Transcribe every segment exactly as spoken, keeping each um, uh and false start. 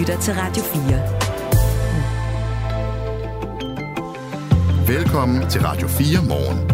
lytter til Radio fire. Velkommen til Radio fire Morgen.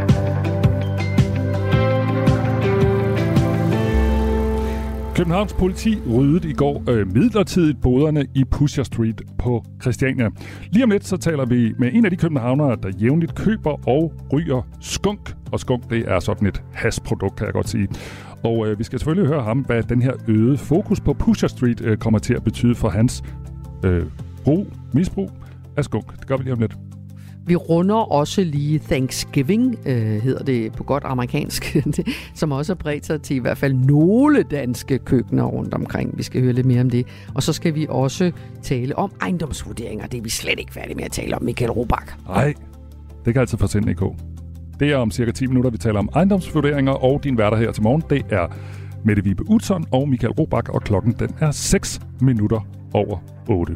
Københavns politi ryddede i går øh, midlertidigt boderne i Pusher Street på Christiania. Lige om lidt så taler vi med en af de københavnere, der jævnligt køber og ryger skunk. Og skunk, det er sådan et hasprodukt, kan jeg godt sige. Og øh, vi skal selvfølgelig høre ham, hvad den her øgede fokus på Pusher Street øh, kommer til at betyde for hans øh, brug, misbrug af skunk. Det gør vi lige om lidt. Vi runder også lige Thanksgiving, øh, hedder det på godt amerikansk, som også har bredt sig til i hvert fald nogle danske køkkener rundt omkring. Vi skal høre lidt mere om det. Og så skal vi også tale om ejendomsvurderinger. Det er vi slet ikke færdige med at tale om, Michael Robach. Nej, det kan altid forsende i K. Det er om cirka ti minutter, vi taler om ejendomsvurderinger, og din værter her til morgen, det er Mette Vibe Utzon og Michael Robach, og klokken den er seks minutter over otte.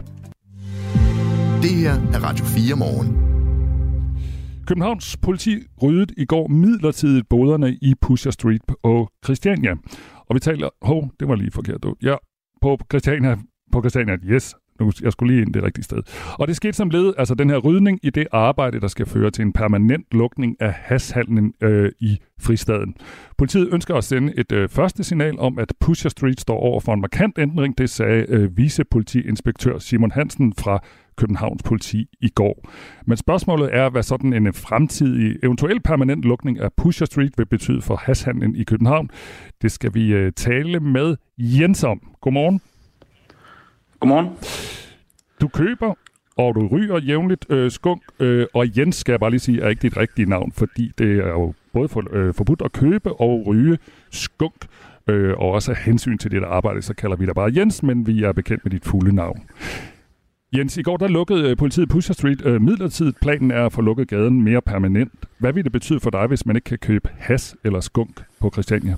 Det her er Radio fire Morgen. Københavns politi ryddede i går midlertidigt boderne i Pusher Street på Christiania. Og vi taler... Hov, det var lige forkert. Ja, på Christiania. På Christiania, yes. Nu, jeg skulle lige ind det rigtige sted. Og det skete som led, altså den her rydning i det arbejde, der skal føre til en permanent lukning af hashhandlen øh, i fristaden. Politiet ønsker at sende et øh, første signal om, at Pusher Street står over for en markant ændring. Det sagde øh, vicepolitiinspektør Simon Hansen fra Københavns politi i går. Men spørgsmålet er, hvad sådan en fremtidig, eventuel permanent lukning af Pusher Street vil betyde for hashhandlen i København. Det skal vi øh, tale med Jens om. Godmorgen. Godmorgen. Du køber, og du ryger jævnligt øh, skunk, øh, og Jens, skal jeg bare lige sige, er ikke dit rigtige navn, fordi det er jo både for, øh, forbudt at købe og ryge skunk, øh, og også af hensyn til dit arbejde, så kalder vi dig bare Jens, men vi er bekendt med dit fulde navn. Jens, i går der lukkede øh, politiet Pusher Street øh, midlertidigt. Planen er at få lukket gaden mere permanent. Hvad vil det betyde for dig, hvis man ikke kan købe hash eller skunk på Christiania?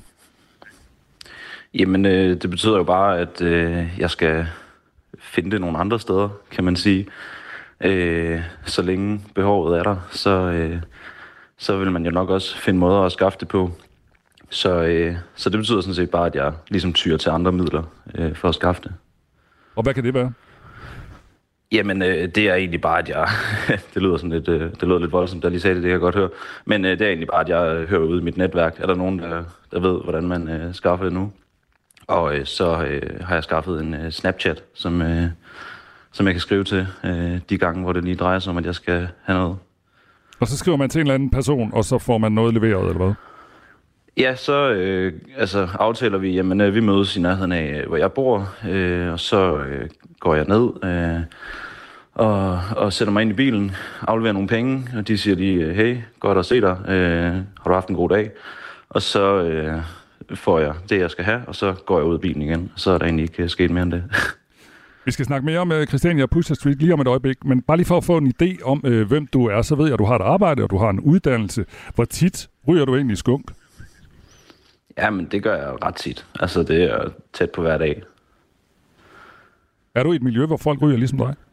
Jamen, øh, det betyder jo bare, at øh, jeg skal finde det nogle andre steder, kan man sige. Øh, så længe behovet er der, så, øh, så vil man jo nok også finde måder at skaffe det på. Så, øh, så det betyder sådan set bare, at jeg ligesom tyrer til andre midler øh, for at skaffe det. Og hvad kan det være? Jamen, øh, det er egentlig bare, at jeg... det lyder sådan lidt, øh, det lyder lidt voldsomt, da jeg lige sagde det, det kan jeg godt høre. Men øh, det er egentlig bare, at jeg hører ud i mit netværk. Er der nogen, der, der ved, hvordan man øh, skaffer det nu? Og øh, så øh, har jeg skaffet en øh, Snapchat, som, øh, som jeg kan skrive til øh, de gange, hvor det lige drejer sig om, at jeg skal have noget. Og så skriver man til en eller anden person, og så får man noget leveret, eller hvad? Ja, så øh, altså, aftaler vi, jamen øh, vi mødes i nærheden af, hvor jeg bor, øh, og så øh, går jeg ned øh, og, og sætter mig ind i bilen, afleverer nogle penge, og de siger lige, hey, godt at se dig, øh, har du haft en god dag? Og så øh, får jeg det, jeg skal have, og så går jeg ud af bilen igen, og så er der egentlig ikke sket mere end det. Vi skal snakke mere om Christiania og Pusher Street lige om et øjeblik, men bare lige for at få en idé om, øh, hvem du er, så ved jeg, at du har et arbejde, og du har en uddannelse. Hvor tit ryger du egentlig skunk? Jamen, det gør jeg ret tit. Altså, det er tæt på hver dag. Er du i et miljø, hvor folk ryger ligesom dig?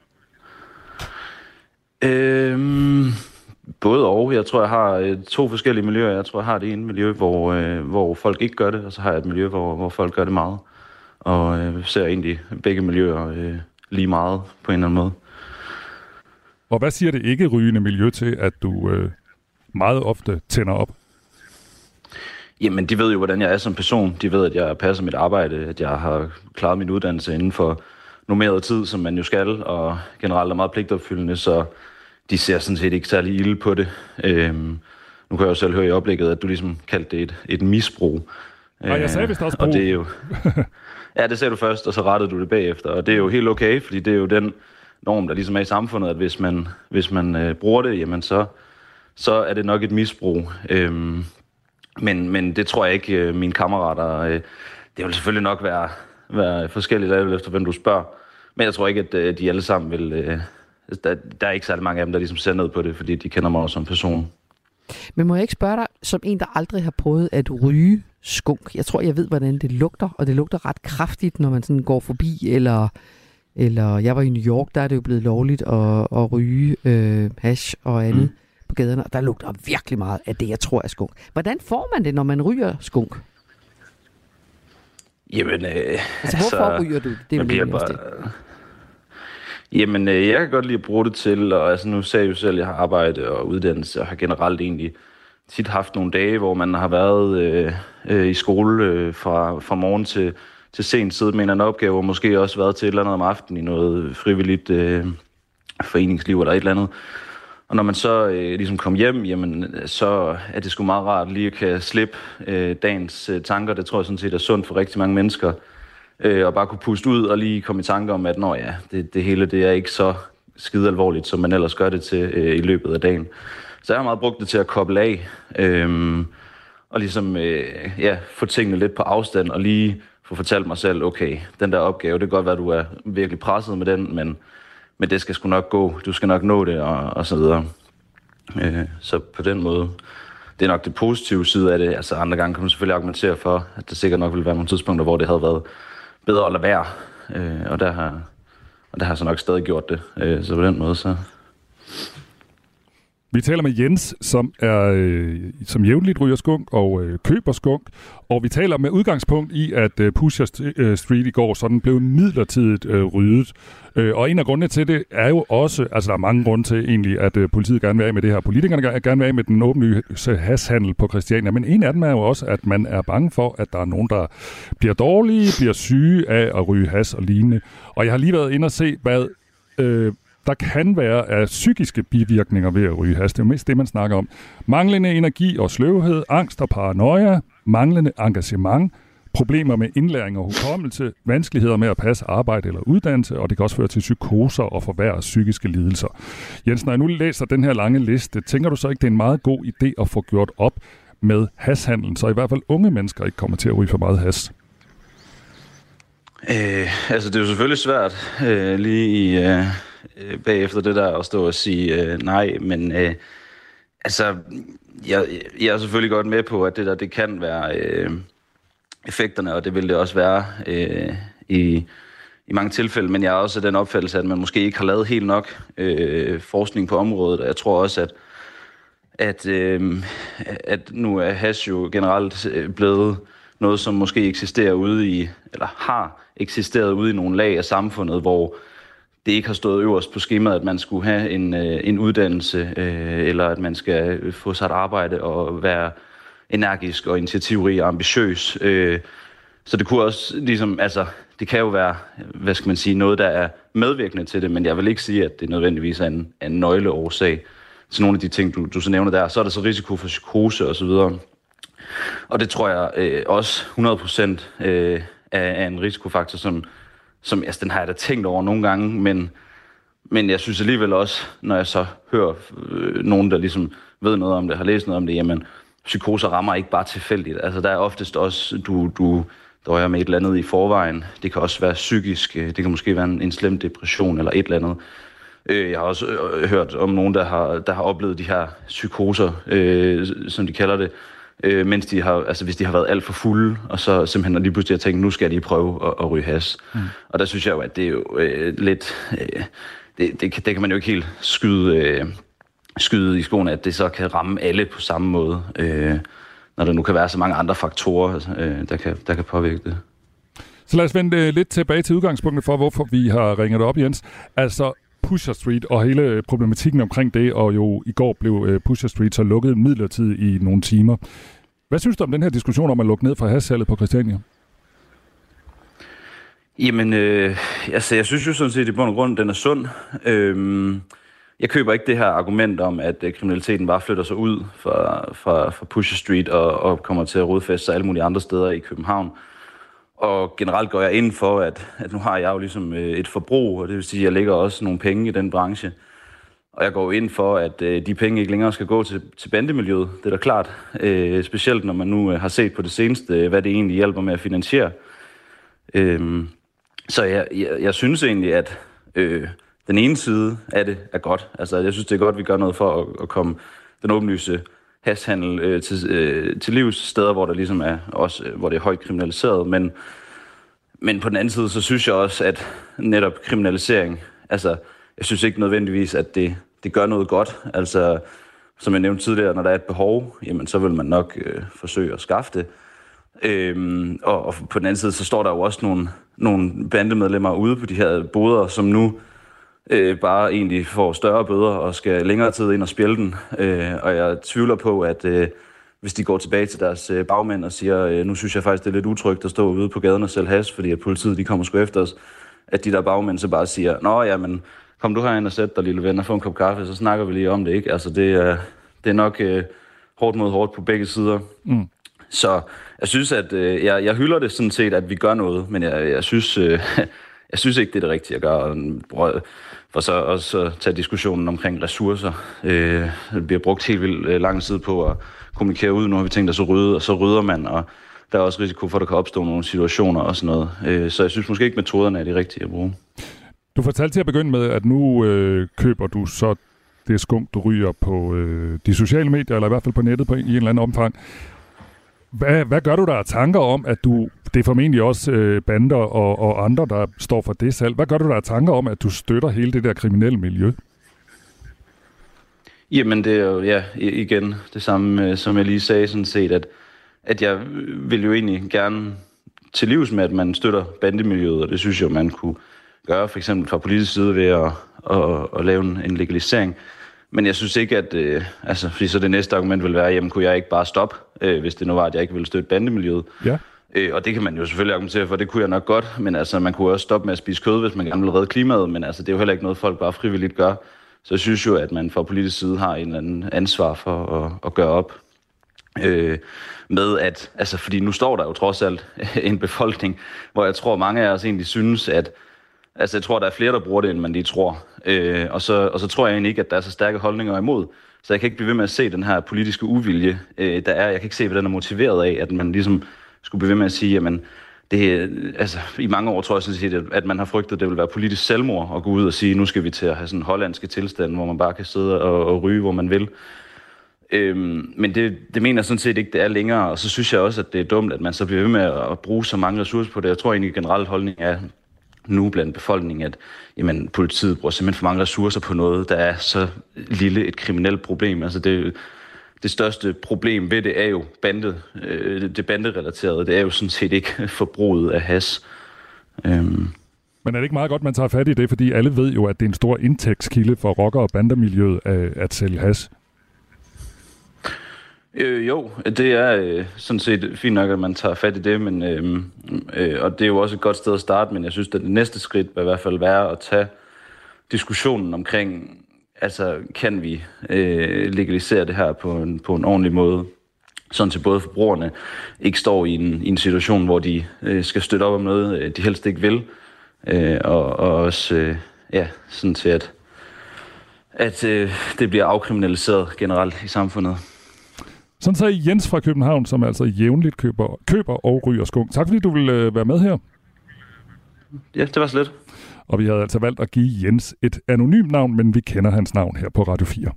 Øhm, både og. Jeg tror, jeg har øh, to forskellige miljøer. Jeg tror, jeg har det ene miljø, hvor, øh, hvor folk ikke gør det, og så har jeg et miljø, hvor, hvor folk gør det meget. Og øh, ser egentlig begge miljøer øh, lige meget på en eller anden måde. Og hvad siger det ikke rygende miljø til, at du øh, meget ofte tænder op? Jamen, de ved jo, hvordan jeg er som person. De ved, at jeg passer mit arbejde, at jeg har klaret min uddannelse inden for normeret tid, som man jo skal, og generelt er meget pligtopfyldende, så de ser sådan set ikke særlig ilde på det. Øhm, nu kan jeg jo selv høre i oplægget, at du ligesom kaldte det et, et misbrug. Nej, jeg sagde vist også brug. Og det er jo... Ja, det sagde du først, og så rettede du det bagefter, og det er jo helt okay, fordi det er jo den norm, der ligesom er i samfundet, at hvis man, hvis man øh, bruger det, jamen så, så er det nok et misbrug. Øhm, Men, men det tror jeg ikke, øh, mine kammerater... Øh, det vil selvfølgelig nok være, være forskelligt efter, hvem du spørger. Men jeg tror ikke, at øh, de alle sammen vil... Øh, der, der er ikke særlig mange af dem, der ligesom ser ned på det, fordi de kender mig også som person. Men må jeg ikke spørge dig, som en, der aldrig har prøvet at ryge skunk? Jeg tror, jeg ved, hvordan det lugter, og det lugter ret kraftigt, når man sådan går forbi, eller... Eller jeg var i New York, der er det jo blevet lovligt at, at ryge øh, hash og andet. Mm. På gaderne, og der lugter virkelig meget af det, jeg tror er skunk. Hvordan får man det, når man ryger skunk? Jamen, øh, altså, hvorfor altså, ryger du det? Det bliver bare, Jamen, øh, jeg kan godt lide at bruge det til, og altså, nu sagde jeg jo selv, at jeg har arbejde og uddannelse, og har generelt egentlig tit haft nogle dage, hvor man har været øh, øh, i skole øh, fra, fra morgen til, til sent, siddet med en anden opgave, og måske også været til et eller andet om aftenen i noget frivilligt øh, foreningsliv eller et eller andet. Og når man så øh, ligesom kom hjem, jamen, så er det sgu meget rart lige at kan slippe øh, dagens øh, tanker. Det tror jeg sådan set er sundt for rigtig mange mennesker. Øh, og bare kunne puste ud og lige komme i tanke om, at nå ja, det, det hele det er ikke så skide alvorligt, som man ellers gør det til øh, i løbet af dagen. Så jeg har meget brugt det til at koble af, øh, og ligesom øh, ja, få tingene lidt på afstand, og lige få fortalt mig selv, okay, den der opgave, det kan godt være, at du er virkelig presset med den, men, men det skal sgu nok gå, du skal nok nå det, og, og så videre. Øh, så på den måde, det er nok det positive side af det. Altså andre gange kan man selvfølgelig argumentere for, at der sikkert nok ville være nogle tidspunkter, hvor det havde været bedre at lade være, øh, og der har og der har så nok stadig gjort det. Øh, så på den måde, så... Vi taler med Jens, som er øh, som jævnligt ryger skunk og øh, køber skunk, og vi taler med udgangspunkt i, at øh, Pusher Street i går sådan blev midlertidigt øh, ryddet. Øh, og en af grundene til det er jo også, altså der er mange grunde til egentlig, at øh, politiet gerne vil af med det her. Politikerne gerne vil af med den åbenlyse hashhandel på Christiania, men en af dem er jo også, at man er bange for, at der er nogen, der bliver dårlige, bliver syge af at ryge hash og lignende. Og jeg har lige været inde og se, hvad... Øh, der kan være af psykiske bivirkninger ved at ryge hash. Det er jo mest det, man snakker om. Manglende energi og sløvhed, angst og paranoia, manglende engagement, problemer med indlæring og hukommelse, vanskeligheder med at passe arbejde eller uddannelse, og det kan også føre til psykoser og forværre psykiske lidelser. Jens, når jeg nu læser den her lange liste, tænker du så ikke, det er en meget god idé at få gjort op med hashhandlen, så i hvert fald unge mennesker ikke kommer til at ryge for meget hash? Øh, altså, det er jo selvfølgelig svært øh, lige i... Øh bagefter det der at stå og sige øh, nej, men øh, altså, jeg, jeg er selvfølgelig godt med på, at det der, det kan være øh, effekterne, og det vil det også være øh, i, i mange tilfælde, men jeg er også af den opfattelse, at man måske ikke har lavet helt nok øh, forskning på området, og jeg tror også, at, at, øh, at nu er hash jo generelt blevet noget, som måske eksisterer ude i, eller har eksisteret ude i nogle lag af samfundet, hvor det ikke har stået øverst på skemaet, at man skulle have en, øh, en uddannelse, øh, eller at man skal få sig et arbejde og være energisk og initiativrig og ambitiøs. Øh, så det kunne også ligesom, altså, det kan jo være, hvad skal man sige, noget, der er medvirkende til det, men jeg vil ikke sige, at det nødvendigvis er en, en nøgleårsag til nogle af de ting, du, du så nævner der. Så er der så risiko for psykose og så videre. Og det tror jeg øh, også hundrede procent øh, er, er en risikofaktor, som Som, altså, den har jeg da tænkt over nogle gange, men, men jeg synes alligevel også, når jeg så hører øh, nogen, der ligesom ved noget om det, har læst noget om det, jamen, psykoser rammer ikke bare tilfældigt. Altså, der er oftest også, du, du døjer med et eller andet i forvejen. Det kan også være psykisk, det kan måske være en, en slem depression eller et eller andet. Øh, jeg har også øh, hørt om nogen, der har, der har oplevet de her psykoser, øh, som de kalder det, Øh, mens de har, altså hvis de har været alt for fulde, og så simpelthen lige pludselig har tænkt, nu skal jeg lige prøve at, at ryge hash. Mm. Og der synes jeg jo, at det er jo øh, lidt, øh, det, det, det kan man jo ikke helt skyde, øh, skyde i skoene, at det så kan ramme alle på samme måde, øh, når der nu kan være så mange andre faktorer, øh, der, kan, der kan påvirke det. Så lad os vende lidt tilbage til udgangspunktet for, hvorfor vi har ringet op, Jens. Altså, Pusher Street og hele problematikken omkring det, og jo i går blev Pusher Street så lukket midlertidigt i nogle timer. Hvad synes du om den her diskussion om at lukke ned for hashsalget på Christiania? Jamen, øh, altså, jeg synes jo sådan set, at i bund og grund, den er sund. Øhm, jeg køber ikke det her argument om, at øh, kriminaliteten bare flytter sig ud fra, fra, fra Pusher Street og, og kommer til at rodfæste sig alle mulige andre steder i København. Og generelt går jeg ind for, at, at nu har jeg jo ligesom øh, et forbrug, og det vil sige, at jeg lægger også nogle penge i den branche. Og jeg går ind for, at øh, de penge ikke længere skal gå til, til bandemiljøet. Det er da klart. Øh, specielt når man nu øh, har set på det seneste, øh, hvad det egentlig hjælper med at finansiere. Øh, så jeg, jeg, jeg synes egentlig, at øh, den ene side af det er godt. Altså, jeg synes, det er godt, at vi gør noget for at, at komme den åbenlyse hashhandel øh, til, øh, til livs, steder, hvor der ligesom er også, øh, hvor det er højt kriminaliseret. Men, men på den anden side, så synes jeg også, at netop kriminalisering, altså, jeg synes ikke nødvendigvis, at det, det gør noget godt. Altså, som jeg nævnte tidligere, når der er et behov, jamen, så vil man nok øh, forsøge at skaffe det. Øhm, og, og på den anden side, så står der jo også nogle, nogle bandemedlemmer ude på de her boder, som nu øh, bare egentlig får større bøder og skal længere tid ind og spille den. Øh, og jeg tvivler på, at øh, hvis de går tilbage til deres øh, bagmænd og siger, øh, nu synes jeg faktisk, det er lidt utrygt at stå ude på gaden og sælge hash, fordi at politiet de kommer sgu efter os, at de der bagmænd så bare siger, nå ja, men kom du herind og sæt dig, lille ven, og få en kop kaffe, så snakker vi lige om det, ikke? Altså det er, det er nok øh, hårdt mod hårdt på begge sider. Mm. Så jeg synes, at øh, jeg, jeg hylder det sådan set, at vi gør noget, men jeg, jeg synes... Øh, Jeg synes ikke, det er det rigtige at gøre, for så også tage diskussionen omkring ressourcer. Øh, det bliver brugt helt vildt lang tid på at kommunikere ud. Nu har vi tænkt os at rydde, og så rydder man, og der er også risiko for, at der kan opstå nogle situationer og sådan noget. Øh, så jeg synes måske ikke, metoderne er de rigtige at bruge. Du fortalte til at begynde med, at nu øh, køber du så det skunk, du ryger på øh, de sociale medier, eller i hvert fald på nettet på, i en eller anden omfang. Hvad, hvad gør du der af tanker om, at du, det er formentlig også øh, bander og, og andre, der står for det salg. Hvad gør du der af tanker om, at du støtter hele det der kriminelle miljø? Jamen det er jo, ja, igen det samme, som jeg lige sagde, sådan set, at, at jeg vil jo egentlig gerne til livs med, at man støtter bandemiljøet, og det synes jeg, man kunne gøre, for eksempel fra politisk side ved at, at, at lave en legalisering. Men jeg synes ikke, at... Øh, altså, fordi så det næste argument vil være, jamen kunne jeg ikke bare stoppe, øh, hvis det nu var, at jeg ikke ville støtte bandemiljøet. Ja. Øh, og det kan man jo selvfølgelig argumentere for, det kunne jeg nok godt, men altså, man kunne også stoppe med at spise kød, hvis man gerne vil redde klimaet, men altså, det er jo heller ikke noget, folk bare frivilligt gør. Så jeg synes jo, at man fra politisk side har en eller anden ansvar for at, at gøre op øh, med, at... Altså, fordi nu står der jo trods alt en befolkning, hvor jeg tror, mange af os egentlig synes, at... Altså, jeg tror, der er flere, der bruger det, end man lige tror. Øh, og, så, og så tror jeg egentlig ikke, at der er så stærke holdninger imod. Så jeg kan ikke blive ved med at se den her politiske uvilje, øh, der er. Jeg kan ikke se, hvad den er motiveret af, at man ligesom skulle blive ved med at sige, jamen, det, altså, i mange år tror jeg sådan set, at man har frygtet, at det vil være politisk selvmord at gå ud og sige, nu skal vi til at have sådan en hollandske tilstand, hvor man bare kan sidde og, og ryge, hvor man vil. Øhm, men det, det mener jeg sådan set ikke, det er længere. Og så synes jeg også, at det er dumt, at man så bliver ved med at bruge så mange ressourcer på det. Jeg tror egentlig, at generelt holdning er nu blandt befolkningen, at jamen, politiet bruger simpelthen for mange ressourcer på noget, der er så lille et kriminelt problem. Altså det, det største problem ved det er jo bande, øh, det banderelaterede. Det er jo sådan set ikke forbruget af hash. Øhm. Men er det ikke meget godt, man tager fat i det, fordi alle ved jo, at det er en stor indtægtskilde for rocker- og bandermiljøet at, at sælge hash? Øh, jo, det er øh, sådan set fint nok, at man tager fat i det, men, øh, øh, og det er jo også et godt sted at starte, men jeg synes, at det næste skridt vil i hvert fald være at tage diskussionen omkring, altså kan vi øh, legalisere det her på en, på en ordentlig måde, sådan til både forbrugerne ikke står i en, i en situation, hvor de øh, skal støtte op om noget, de helst ikke vil, øh, og, og også øh, ja, sådan til, at, at øh, det bliver afkriminaliseret generelt i samfundet. Sådan sagde Jens fra København, som altså jævnligt køber, køber og ryger skunk. Tak fordi du ville være med her. Ja, det var så lidt. Og vi havde altså valgt at give Jens et anonymt navn, men vi kender hans navn her på Radio fire.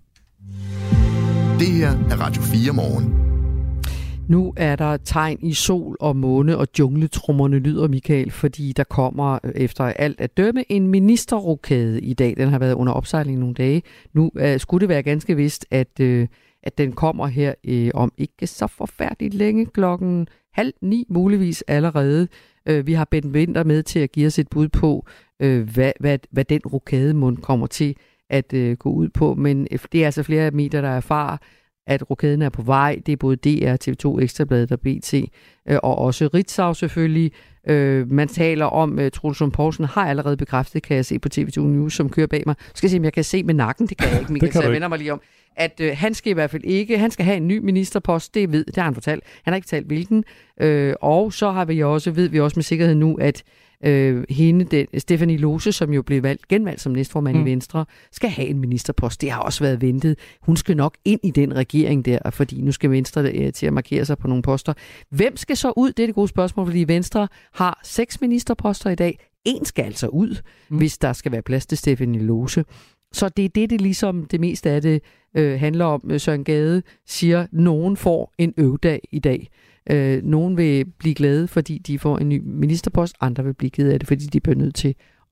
Det her er Radio fire morgen. Nu er der tegn i sol og måne, og jungletrummerne lyder, Michael, fordi der kommer efter alt at dømme en ministerrokade i dag. Den har været under opsejling nogle dage. Nu uh, skulle det være ganske vist, at... Uh, at den kommer her øh, om ikke så forfærdeligt længe, klokken halv ni muligvis allerede. Øh, vi har Bent Winther med til at give os et bud på, øh, hvad, hvad, hvad den rokademund kommer til at øh, gå ud på. Men det er altså flere medier, der erfarer, at rokaden er på vej. Det er både D R, T V to, Ekstrabladet og B T, øh, og også Ritzau selvfølgelig. Øh, man taler om, uh, Troels Lund Poulsen har allerede bekræftet, kan jeg se på T V to News, som kører bag mig. Skal jeg se, om jeg kan se med nakken? Det kan jeg ikke, Michael, så jeg vender mig lige om. At øh, han skal i hvert fald ikke, han skal have en ny ministerpost, det ved, det har han fortalt. Han har ikke fortalt hvilken. Øh, og så har vi også, ved vi også med sikkerhed nu, at øh, hende, den, Stephanie Lose, som jo blev valgt, genvalgt som næstformand mm. i Venstre, skal have en ministerpost. Det har også været ventet. Hun skal nok ind i den regering der, fordi nu skal Venstre øh, til at markere sig på nogle poster. Hvem skal så ud? Det er det gode spørgsmål, fordi Venstre har seks ministerposter i dag. En skal altså ud, mm. hvis der skal være plads til Stephanie Lose. Så det er det, det ligesom det meste af det øh, handler om. Søren Gade siger, nogen får en øvdag i dag. Øh, nogen vil blive glade, fordi de får en ny ministerpost. Andre vil blive kede af det, fordi de bliver nødt til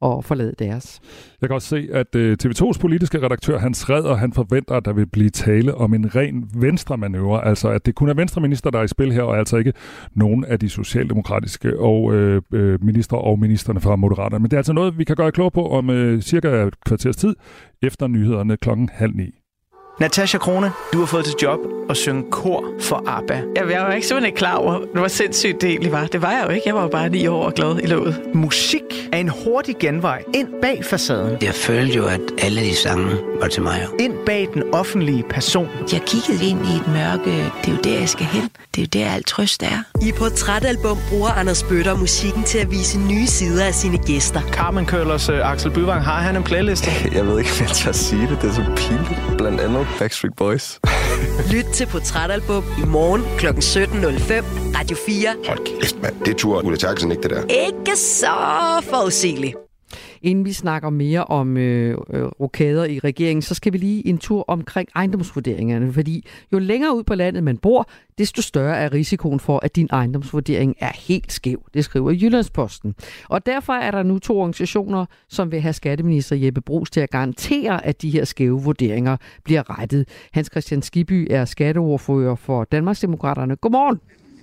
at forlade deres. Jeg kan også se, at uh, T V to's politiske redaktør Hans Redder, han forventer, at der vil blive tale om en ren venstremanøvre, altså at det kun er venstreminister, der er i spil her, og altså ikke nogen af de socialdemokratiske og øh, øh, minister og ministerne fra Moderaterne. Men det er altså noget, vi kan gøre klog på om øh, cirka et kvarters tid, efter nyhederne klokken halv ni. Natasha Crone, du har fået til job at synge kor for ABBA. Jeg var jo ikke simpelthen klar over, hvor sindssygt det egentlig var. Det var jeg jo ikke. Jeg var jo bare ni år og glad i låget. Musik er en hurtig genvej ind bag facaden. Jeg følte jo, at alle de sange var til mig. Ind bag den offentlige person. Jeg kiggede ind i et mørke. Det er jo der, jeg skal hen. Det er jo der, alt trøst er. I Portrætalbum bruger Anders Bøtter musikken til at vise nye sider af sine gæster. Carmen Køllers uh, Axel Byvang, har han en playliste? Jeg ved ikke, hvad jeg tør sige det. Det er så pinligt. Blandt andet Backstreet Boys. Lyt til Portrætalbum i morgen klokken sytten nul fem. Radio fire. Hold kæft, mand. Det turde Ulla Terkelsen ikke, det der. Ikke så forudsigeligt. Inden vi snakker mere om øh, øh, rokader i regeringen, så skal vi lige en tur omkring ejendomsvurderingerne, fordi jo længere ud på landet man bor, desto større er risikoen for, at din ejendomsvurdering er helt skæv. Det skriver Jyllandsposten. Og derfor er der nu to organisationer, som vil have skatteminister Jeppe Bruus til at garantere, at de her skæve vurderinger bliver rettet. Hans Kristian Skibby er skatteordfører for Danmarksdemokraterne. Godmorgen.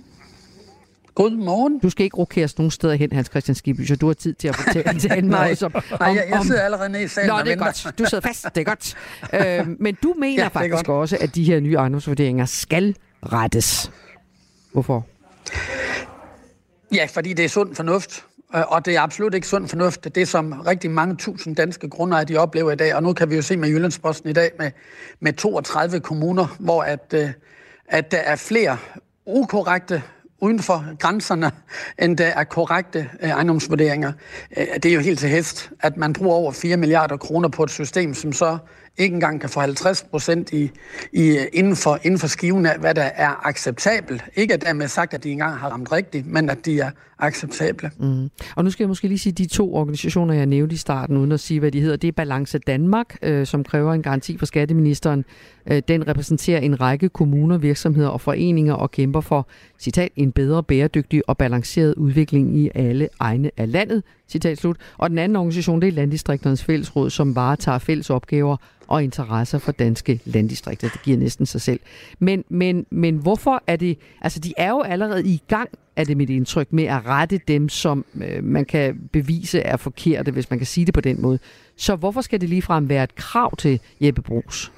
Godmorgen. Du skal ikke rokeres nogen steder hen, Hans Christian Skibby, så du har tid til at fortælle til en Nej, om, Nej jeg, jeg sidder allerede nede i salen. Nå, det er godt. Du sidder fast, det er godt. Øh, men du mener ja, faktisk også, at de her nye ejendomsvurderinger skal rettes. Hvorfor? Ja, fordi det er sund fornuft. Og det er absolut ikke sund fornuft, det som rigtig mange tusind danske grundejere, de oplever i dag. Og nu kan vi jo se med Jyllandsposten i dag med, med toogtredive kommuner, hvor at, at der er flere ukorrekte uden for grænserne, end der er korrekte ejendomsvurderinger. Det er jo helt til hest, at man bruger over fire milliarder kroner på et system, som så ikke engang kan få halvtreds procent i, i, inden, for, inden for skiven af, hvad der er acceptabelt. Ikke at dermed sagt, at de engang har ramt rigtigt, men at de er acceptable. Mm. Og nu skal jeg måske lige sige, de to organisationer, jeg nævnte i starten, uden at sige, hvad de hedder. Det er Balance Danmark, øh, som kræver en garanti for skatteministeren. Øh, den repræsenterer en række kommuner, virksomheder og foreninger og kæmper for, citat, en bedre, bæredygtig og balanceret udvikling i alle egne af landet. Citat slut. Og den anden organisation, det er Landdistrikternes Fællesråd, som varetager fælles opgaver og interesser for danske landdistrikter. Det giver næsten sig selv. Men, men, men hvorfor er det... Altså, de er jo allerede i gang, er det mit indtryk, med at rette dem, som øh, man kan bevise er forkerte, hvis man kan sige det på den måde. Så hvorfor skal det ligefrem være et krav til Jeppe Bruus?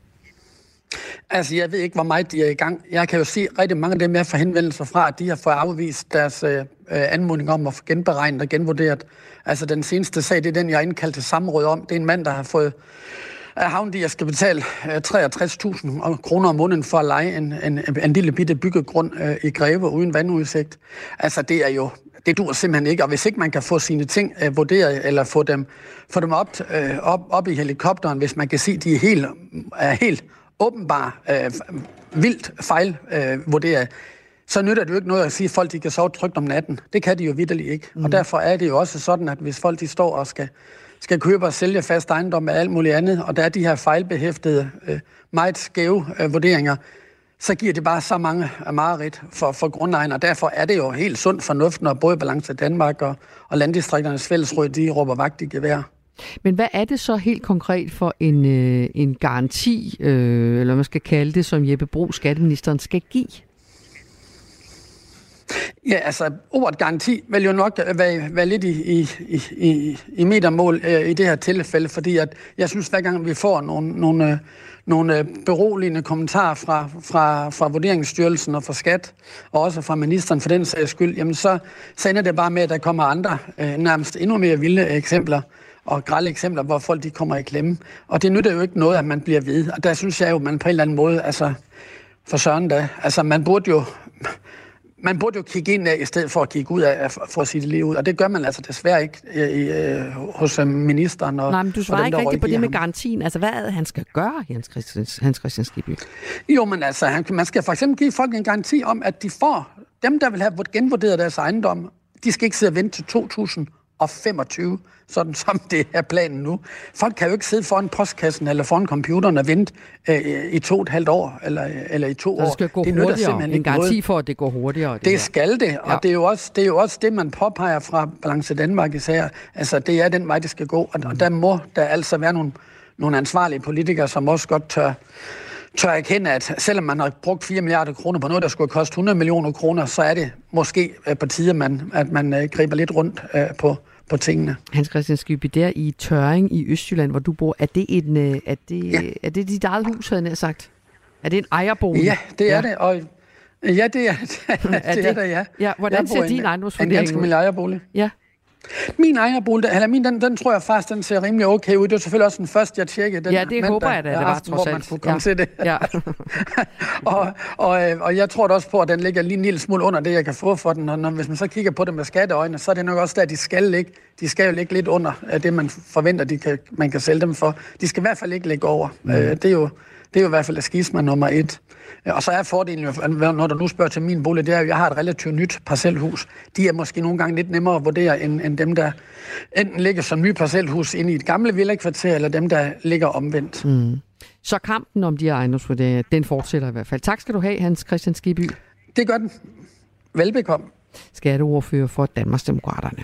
Altså, jeg ved ikke, hvor meget de er i gang. Jeg kan jo se rigtig mange af dem, jeg får henvendelser fra, at de har fået afvist deres øh, anmodning om at få genberegnet og genvurderet. Altså, den seneste sag, det er den, jeg har indkaldt til samråd om. Det er en mand, der har fået er havnet i, at skal betale øh, treogtres tusind kroner om måneden for at leje en, en, en lille bitte byggegrund øh, i Greve uden vandudsigt. Altså, det er jo... Det dur simpelthen ikke, og hvis ikke man kan få sine ting øh, vurderet, eller få dem, få dem op, øh, op, op i helikopteren, hvis man kan se, at de er helt, er helt åbenbart øh, vildt fejlvurderet, øh, så nytter det jo ikke noget at sige, at folk de kan sove trygt om natten. Det kan de jo vitterligt ikke. Mm. Og derfor er det jo også sådan, at hvis folk de står og skal, skal købe og sælge fast ejendom og alt muligt andet, og der er de her fejlbehæftede, øh, meget skæve øh, vurderinger, så giver det bare så mange mareridt for, for grundejerne, og derfor er det jo helt sundt fornuft, når både Balance Danmark og, og Landdistrikternes Fællesråd, de råber vagt i gevær. Men hvad er det så helt konkret for en, øh, en garanti, øh, eller man skal kalde det, som Jeppe Bruus, skatteministeren, skal give? Ja, altså ordet garanti vil jo nok være, være lidt i, i, i, i metermål øh, i det her tilfælde, fordi at jeg synes, hver gang vi får nogle, nogle, nogle beroligende kommentarer fra, fra, fra Vurderingsstyrelsen og fra Skat, og også fra ministeren for den sags skyld, jamen så, så ender det bare med, at der kommer andre, øh, nærmest endnu mere vilde eksempler, og grelle eksempler, hvor folk de kommer i klemme. Og det nytter jo ikke noget, at man bliver ved. Og der synes jeg jo, man på en eller anden måde, altså for søren da, altså man burde jo... Man burde jo kigge ind af, i stedet for at kigge ud af, for at sige det lige ud. Og det gør man altså desværre ikke i, øh, hos ministeren. Og, Nej, men du svarer dem, ikke rigtigt på det med ham. garantien. Altså, hvad er det, han skal gøre, Hans Christian, Hans Christian Skibby? Jo, men altså, han, man skal for eksempel give folk en garanti om, at de får, dem der vil have genvurderet deres ejendom, de skal ikke sidde og vente til to tusind og femogtyve, sådan som det er planen nu. Folk kan jo ikke sidde foran postkassen eller foran computeren og vente øh, i to og et halvt år, eller, eller i to år. Så det skal gå det hurtigere. En garanti noget. For, at det går hurtigere. Det, det skal det, og ja. det, er jo også, det er jo også det, man påpeger fra Balance Danmark især. Altså, det er den vej, det skal gå, og, og der må der altså være nogle, nogle ansvarlige politikere, som også godt tør tør erkende, at selvom man har brugt fire milliarder kroner på noget, der skulle koste hundrede millioner kroner, så er det måske på tide, man, at man uh, griber lidt rundt uh, på, på tingene. Hans Christian Skibby, der i Tørring i Østjylland, hvor du bor, er det, en, uh, er det, ja. er det dit eget hus, havde jeg sagt? Er det en ejerbolig? Ja, det er ja. det, og ja, det er det, er, det er det, ja. ja. Hvordan ser din ejendomsvurdering ud? En ganske mild ejerbolig. Ja. Min ejerbolig, eller min, den, den tror jeg faktisk, den ser rimelig okay ud. Det var selvfølgelig også den første, jeg tjekkede. Den ja, det håber jeg da, det var trods alt. Hvor man kunne komme ja. til det. Ja. og, og, og jeg tror da også på, at den ligger lige en lille smule under det, jeg kan få for den. Og når, hvis man så kigger på det med skatteøjne, så er det nok også der, de skal ligge. De skal jo ligge lidt under det, man forventer, de kan, man kan sælge dem for. De skal i hvert fald ikke ligge over. Mm. Det, er jo, det er jo i hvert fald skisma nummer et. Og så er fordelen jo, når du nu spørger til min bolig, det er jo, at jeg har et relativt nyt parcelhus. De er måske nogle gange lidt nemmere at vurdere, end, end dem, der enten ligger som nye parcelhus inde i et gamle villakvarter, eller dem, der ligger omvendt. Mm. Så kampen om de her ejendomsvurderinger, den fortsætter i hvert fald. Tak skal du have, Hans Christian Skibby. Det gør den. Velbekomme. Skatteordfører for Danmarksdemokraterne.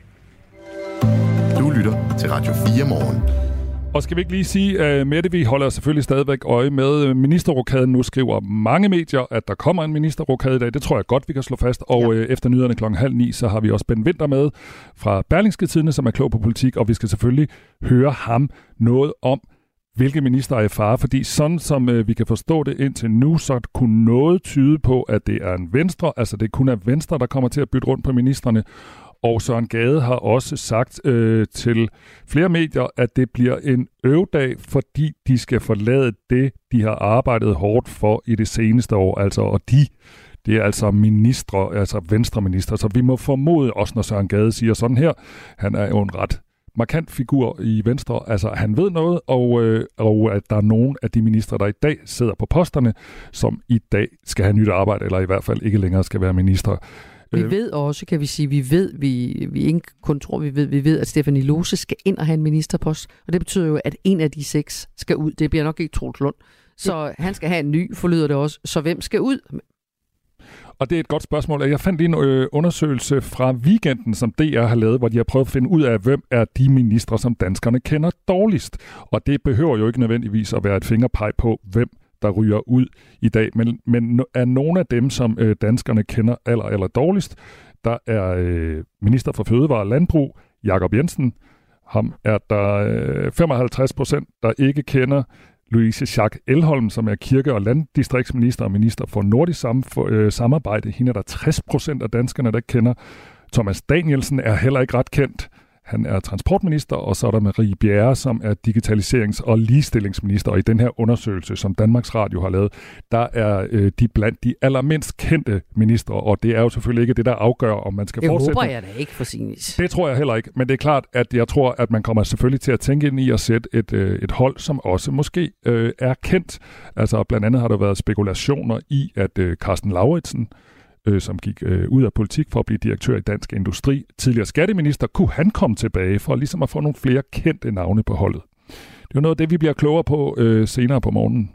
Du lytter til Radio fire Morgen. Og skal vi ikke lige sige, at Mette, vi holder selvfølgelig stadigvæk øje med ministerrokaden. Nu skriver mange medier, at der kommer en ministerrokade i dag. Det tror jeg godt, vi kan slå fast. Og ja. efter nyhederne klokken halv ni, så har vi også Ben Winther med fra Berlingske Tidende, som er klog på politik. Og vi skal selvfølgelig høre ham noget om, hvilke minister er i fare. Fordi sådan som øh, vi kan forstå det indtil nu, så kunne noget tyde på, at det er en Venstre. Altså det kun er Venstre, der kommer til at bytte rundt på ministerne. Og Søren Gade har også sagt øh, til flere medier, at det bliver en øvedag, fordi de skal forlade det, de har arbejdet hårdt for i det seneste år. Altså, og de, det er altså ministre, altså venstreminister. Så vi må formode, også når Søren Gade siger sådan her, han er jo en ret markant figur i Venstre. Altså, han ved noget, og, øh, og at der er nogle af de ministre, der i dag sidder på posterne, som i dag skal have nyt arbejde, eller i hvert fald ikke længere skal være ministre. Vi ved også, kan vi sige, vi ved, vi, vi ikke kun tror, vi ved, vi ved, at Stephanie Lose skal ind og have en ministerpost, og det betyder jo, at en af de seks skal ud. Det bliver nok ikke Troels Lund. Så ja. han skal have en ny, forlyder det også. Så hvem skal ud? Og det er et godt spørgsmål. Jeg fandt lige en øh, undersøgelse fra Weekenden, som D R har lavet, hvor de har prøvet at finde ud af, hvem er de ministre, som danskerne kender dårligst. Og det behøver jo ikke nødvendigvis at være et fingerpeg på, hvem der ryger ud i dag. Men, men er nogle af dem, som øh, danskerne kender aller, aller dårligst, der er øh, minister for Fødevare og Landbrug, Jakob Jensen. Ham er der øh, femoghalvtreds procent, der ikke kender. Louise Schack Elholm, som er kirke- og landdistriktsminister og minister for nordisk sam- for, øh, samarbejde. Hende er der tres procent af danskerne, der kender. Thomas Danielsen er heller ikke ret kendt. Han er transportminister, og så er der Marie Bjerre, som er digitaliserings- og ligestillingsminister. Og i den her undersøgelse, som Danmarks Radio har lavet, der er øh, de blandt de allermindst kendte ministre, og det er jo selvfølgelig ikke det, der afgør, om man skal det fortsætte. Det håber jeg da ikke for Sinis. Det tror jeg heller ikke, men det er klart, at jeg tror, at man kommer selvfølgelig til at tænke ind i at sætte et, øh, et hold, som også måske øh, er kendt. Altså blandt andet har der været spekulationer i, at øh, Carsten Lauritsen, som gik øh, ud af politik for at blive direktør i Dansk Industri, tidligere skatteminister, kunne han komme tilbage for ligesom at få nogle flere kendte navne på holdet. Det er jo noget af det, vi bliver klogere på øh, senere på morgenen.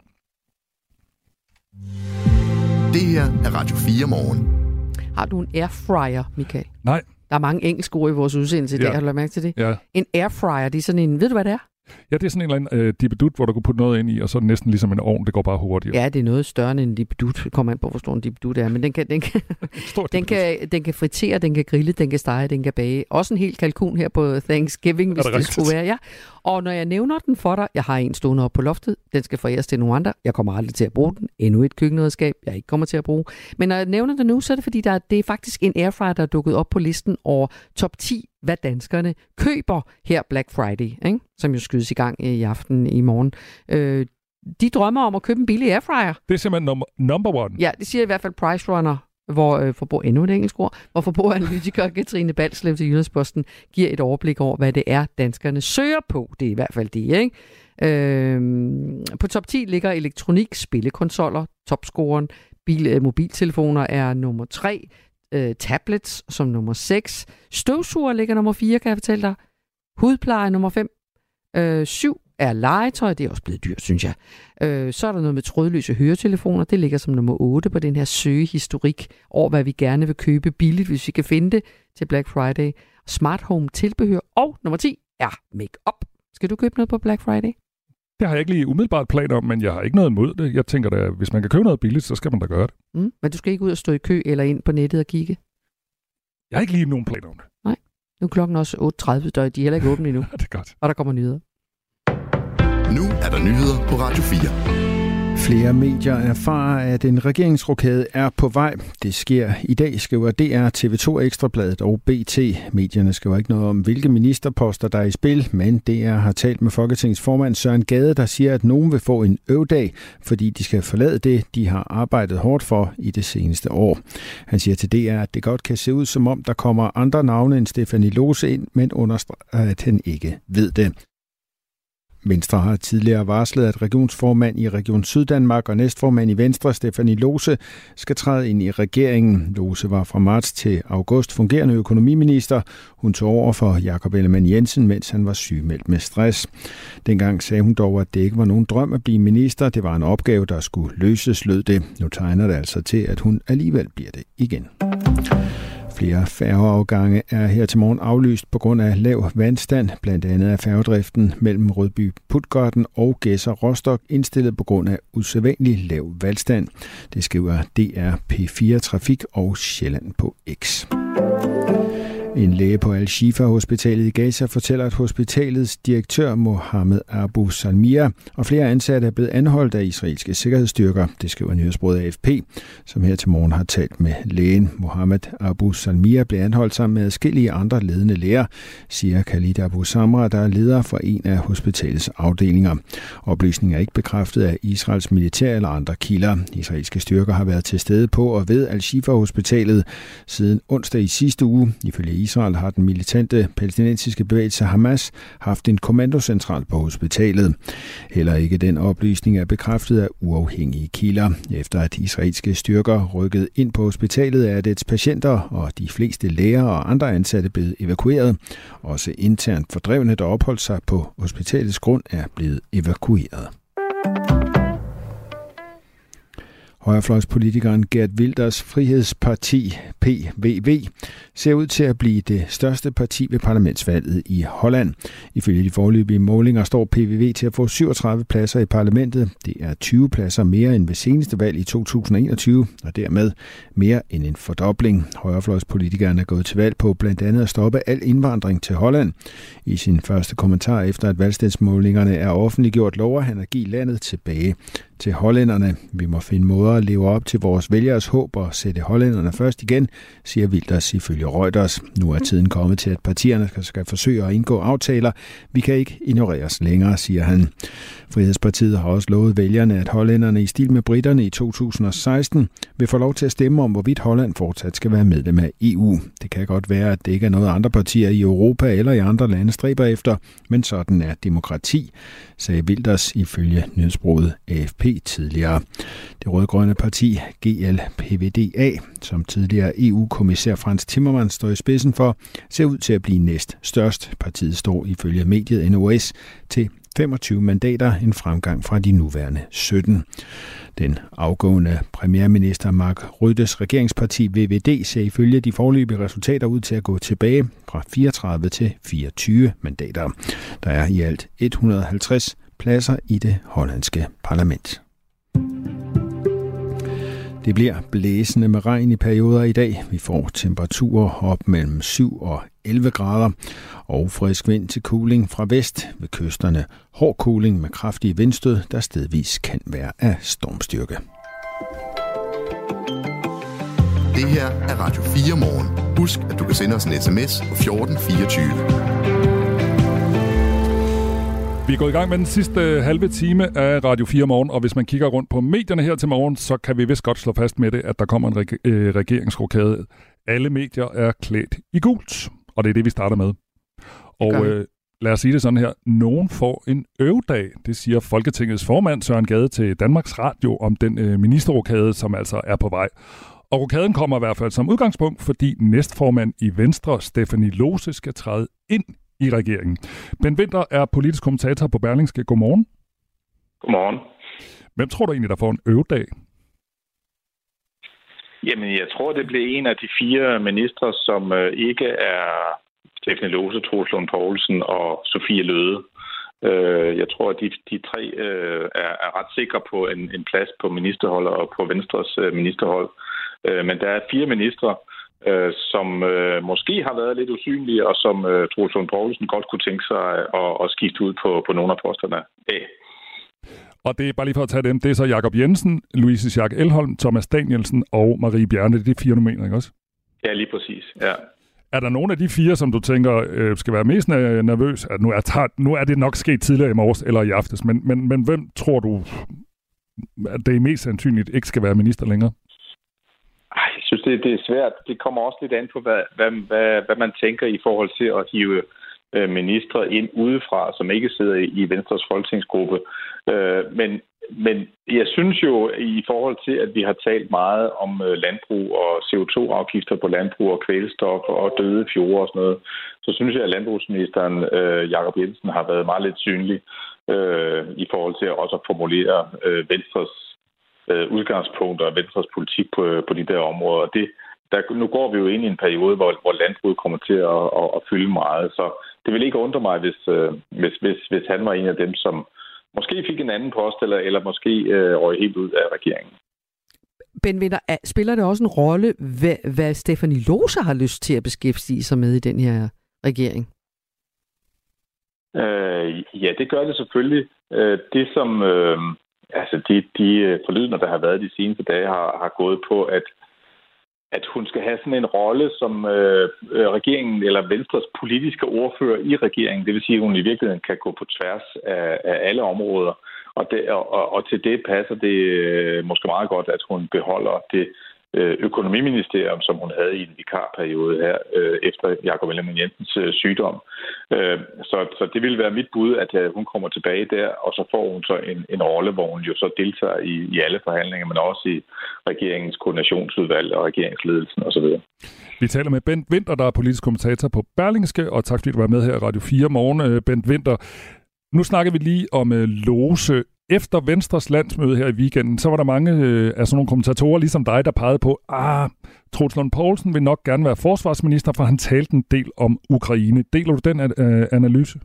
Det her er Radio fire Morgen. Har du en airfryer, Michael? Nej. Der er mange engelske ord i vores udsendelse i dag, ja. Har du lagt mærke til det? Ja. En airfryer, det er sådan en, ved du hvad det er? Ja, det er sådan en eller anden øh, dipedut, hvor du kan putte noget ind i, og så er det næsten ligesom en ovn, det går bare hurtigere. Ja, det er noget større end en dipedut. Det kommer an på, hvor stor en dipedut er, men den kan, den kan, den kan, den kan fritere, den kan grille, den kan stege, den kan bage. Også en hel kalkun her på Thanksgiving, hvis det, det skulle være, ja. Og når jeg nævner den for dig, jeg har en stående op på loftet, den skal foræres til nogle andre. Jeg kommer aldrig til at bruge den. Endnu et køkkenredskab, jeg ikke kommer til at bruge. Men når jeg nævner det nu, så er det fordi, der, det er faktisk en airfryer, der er dukket op på listen over top ti, hvad danskerne køber her Black Friday, ikke? Som jo skydes i gang i aften i morgen. Øh, de drømmer om at købe en billig airfryer. Det er simpelthen number, number one. Ja, det siger i hvert fald Price Runner, hvor øh, forbruger, endnu et engelsk ord, hvor forbrugeranalytiker Katrine Balslev til Jyllandsposten giver et overblik over, hvad det er, danskerne søger på. Det er i hvert fald det, ikke? Øh, på top ti ligger elektronik, spillekonsoller, topscoren, bil, øh, mobiltelefoner er nummer tre, Øh, tablets som nummer seks. Støvsuger ligger nummer fire, kan jeg fortælle dig. Hudpleje nummer fem. Øh, syv er legetøj. Det er også blevet dyrt, synes jeg. Øh, så er der noget med trådløse høretelefoner. Det ligger som nummer otte på den her søgehistorik over, hvad vi gerne vil købe billigt, hvis vi kan finde det til Black Friday. Smart home tilbehør. Og nummer ti er make-up. Skal du købe noget på Black Friday? Det har jeg ikke lige umiddelbart planer om, men jeg har ikke noget imod det. Jeg tænker da, hvis man kan købe noget billigt, så skal man da gøre det. Mm, men du skal ikke ud og stå i kø eller ind på nettet og kigge? Jeg har ikke lige nogen planer om det. Nej. Nu er klokken også otte tredive, de er heller ikke åbne endnu. Det er godt. Og der kommer nyheder. Nu er der nyheder på Radio fire. Flere medier erfarer, at en regeringsrokade er på vej. Det sker i dag, skriver D R, T V to, Ekstrabladet og B T. Medierne skriver ikke noget om, hvilke ministerposter der er i spil, men D R har talt med Folketingets formand Søren Gade, der siger, at nogen vil få en øvdag, fordi de skal forlade det, de har arbejdet hårdt for i det seneste år. Han siger til D R, at det godt kan se ud, som om der kommer andre navne end Stephanie Lose ind, men understreger, at han ikke ved det. Venstre har tidligere varslet, at regionsformand i Region Syddanmark og næstformand i Venstre, Stephanie Lose, skal træde ind i regeringen. Lose var fra marts til august fungerende økonomiminister. Hun tog over for Jakob Ellemann-Jensen, mens han var sygemeldt med stress. Dengang sagde hun dog, at det ikke var nogen drøm at blive minister. Det var en opgave, der skulle løses, lød det. Nu tegner det altså til, at hun alligevel bliver det igen. Flere færgeafgange er her til morgen aflyst på grund af lav vandstand. Blandt andet er færgedriften mellem Rødby Puttgarden og Gedser Rostock indstillet på grund af usædvanlig lav vandstand. Det skriver D R P fire Trafik og Sjælland på X. En læge på Al-Shifa-hospitalet i Gaza fortæller, at hospitalets direktør Mohammed Abu Salmiya og flere ansatte er blevet anholdt af israelske sikkerhedsstyrker. Det skriver nyhedsbureauet A F P, som her til morgen har talt med lægen. Mohammed Abu Salmiya blev anholdt sammen med adskillige andre ledende læger, siger Khalid Abu Samra, der er leder for en af hospitalets afdelinger. Oplysningen er ikke bekræftet af Israels militær eller andre kilder. Israelske styrker har været til stede på og ved Al-Shifa-hospitalet siden onsdag i sidste uge. Ifølge Israel har den militante palæstinensiske bevægelse Hamas haft en kommandocentral på hospitalet. Heller ikke den oplysning er bekræftet af uafhængige kilder. Efter at israelske styrker rykkede ind på hospitalet, er dets patienter og de fleste læger og andre ansatte blevet evakueret. Også internt fordrevne, der opholdt sig på hospitalets grund, er blevet evakueret. Højrefløjspolitikeren Geert Wilders Frihedsparti, P V V, ser ud til at blive det største parti ved parlamentsvalget i Holland. Ifølge de foreløbige målinger står P V V til at få syvogtredive pladser i parlamentet. Det er tyve pladser mere end ved seneste valg i to tusind og enogtyve, og dermed mere end en fordobling. Højrefløjspolitikeren er gået til valg på blandt andet at stoppe al indvandring til Holland. I sin første kommentar efter at valgstedsmålingerne er offentliggjort, lover han at give landet tilbage til hollænderne. Vi må finde måder at leve op til vores vælgeres håb og sætte hollænderne først igen, siger Wilders ifølge Reuters. Nu er tiden kommet til, at partierne skal forsøge at indgå aftaler. Vi kan ikke ignoreres længere, siger han. Frihedspartiet har også lovet vælgerne, at hollænderne i stil med britterne i to tusind og seksten vil få lov til at stemme om, hvorvidt Holland fortsat skal være medlem af E U. Det kan godt være, at det ikke er noget andre partier i Europa eller i andre lande stræber efter, men sådan er demokrati, sagde Wilders ifølge nyhedsbureauet A F P tidligere. Det rødgrønne parti G L P V D A, som tidligere E U-kommissær Frans Timmermans står i spidsen for, ser ud til at blive næst størst. Partiet står ifølge mediet N O S til femogtyve mandater, en fremgang fra de nuværende sytten. Den afgående premierminister Mark Rüttes regeringsparti V V D ser ifølge de foreløbige resultater ud til at gå tilbage fra fireogtredive til fireogtyve mandater. Der er i alt et hundrede og halvtreds pladser i det hollandske parlament. Det bliver blæsende med regn i perioder i dag. Vi får temperaturer op mellem syv og elleve grader og frisk vind til kuling fra vest ved kysterne. Hård kuling med kraftige vindstød, der stedvis kan være af stormstyrke. Det her er Radio fire Morgen. Husk, at du kan sende os en sms på fjorten fireogtyve. Vi er gået i gang med den sidste halve time af Radio fire Morgen, og hvis man kigger rundt på medierne her til morgen, så kan vi vist godt slå fast med det, at der kommer en reg- øh, regeringsrokade. Alle medier er klædt i gult, og det er det, vi starter med. Og øh, lad os sige det sådan her. Nogen får en øvedag, det siger Folketingets formand Søren Gade til Danmarks Radio om den øh, ministerrokade, som altså er på vej. Og rokaden kommer i hvert fald som udgangspunkt, fordi næstformand i Venstre, Stephanie Lose, skal træde ind i regeringen. Bent Winther er politisk kommentator på Berlingske. Godmorgen. Godmorgen. Hvem tror du egentlig, der får en øvedag? Jamen, jeg tror, det bliver en af de fire ministre, som øh, ikke er Stephanie Lose, Troels Lund Poulsen og Sophie Løhde. Øh, jeg tror, at de, de tre øh, er, er ret sikre på en, en plads på ministerhold og på Venstres øh, ministerhold. Øh, men der er fire ministre, øh, som øh, måske har været lidt usynlige, og som øh, Troels Lund Poulsen godt kunne tænke sig at, at skifte ud på, på nogle af posterne af. Og det er bare lige for at tage dem. Det er så Jakob Jensen, Louise Schack Elholm, Thomas Danielsen og Marie Bjarne. Det er fire nomineringer, ikke også? Ja, lige præcis. Ja. Er der nogen af de fire, som du tænker øh, skal være mest nervøs? At nu, er, nu er det nok sket tidligere i morges eller i aftes, men, men, men hvem tror du, at det er mest sandsynligt ikke skal være minister længere? Ej, jeg synes, det, det er svært. Det kommer også lidt an på, hvad, hvad, hvad, hvad man tænker i forhold til at hive øh, ministre ind udefra, som ikke sidder i, i Venstres folketingsgruppe. Øh, men Men jeg synes jo, i forhold til, at vi har talt meget om landbrug og C O to afgifter på landbrug og kvælstof og døde fjorde og sådan noget, så synes jeg, at landbrugsministeren øh, Jakob Jensen har været meget lidt synlig øh, i forhold til også at formulere øh, Venstres øh, udgangspunkter og Venstres politik på, på de der områder. Det, der, nu går vi jo ind i en periode, hvor, hvor landbruget kommer til at, at, at fylde meget, så det vil ikke undre mig, hvis, øh, hvis, hvis, hvis han var en af dem, som måske fik en anden post, eller, eller måske øh, røg helt ud af regeringen. Bent Winther, spiller det også en rolle, hvad, hvad Stephanie Lose har lyst til at beskæftige sig med i den her regering? Øh, ja, det gør det selvfølgelig. Øh, det som øh, altså de, de forlydender, der har været de seneste dage, har, har gået på, at at hun skal have sådan en rolle som øh, regeringen eller Venstres politiske ordfører i regeringen. Det vil sige, at hun i virkeligheden kan gå på tværs af, af alle områder. Og, det, og, og til det passer det øh, måske meget godt, at hun beholder det øh, økonomiministerium, som hun havde i en vikarperiode her øh, efter Jakob Ellemann-Jensens øh, sygdom. Øh, så, så det vil være mit bud, at øh, hun kommer tilbage der, og så får hun så en, en rolle, hvor hun jo så deltager i, i alle forhandlinger, men også i regeringens koordinationsudvalg og regeringsledelsen osv. Vi taler med Bent Winther, der er politisk kommentator på Berlingske, og tak fordi du var med her i Radio fire morgen, Bent Winther. Nu snakker vi lige om uh, Lose. Efter Venstres landsmøde her i weekenden, så var der mange uh, af sådan nogle kommentatorer, ligesom dig, der pegede på, ah, Troels Lund Poulsen vil nok gerne være forsvarsminister, for han talte en del om Ukraine. Deler du den uh, analyse?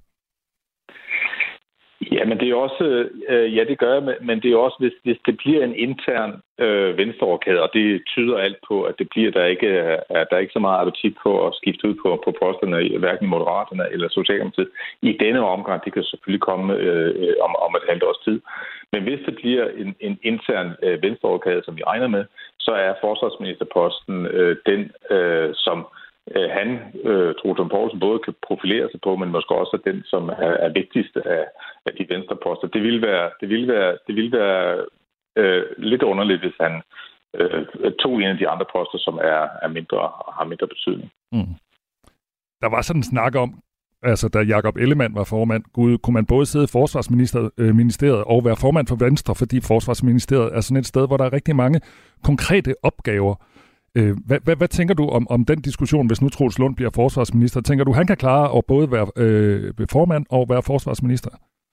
Ja, men det er også, øh, ja, det gør jeg, men det er også, hvis, hvis det bliver en intern øh, venstreorkade, og det tyder alt på, at det bliver, der ikke er, der er ikke så meget appetit på at skifte ud på, på posterne, hverken i Moderaterne eller Socialdemokratiet. I denne omgang, det kan selvfølgelig komme øh, om, om et halvt års tid. Men hvis det bliver en, en intern øh, venstreorkade, som vi regner med, så er forsvarsministerposten øh, den, øh, som han, øh, Troels Lund Poulsen, både kan profilere sig på, men måske også er den, som er, er vigtigst af, af de venstreposter. Det ville være, det ville være, det ville være øh, lidt underligt, hvis han øh, tog en af de andre poster, som er, er mindre og har mindre betydning. Mm. Der var sådan en snak om, altså da Jakob Ellemann var formand, gud, kunne man både sidde i Forsvarsministeriet og være formand for Venstre, fordi Forsvarsministeriet er sådan et sted, hvor der er rigtig mange konkrete opgaver. Hvad, hvad, hvad tænker du om, om den diskussion, hvis nu Troels Lund bliver forsvarsminister? Tænker du, han kan klare at både være øh, formand og være forsvarsminister?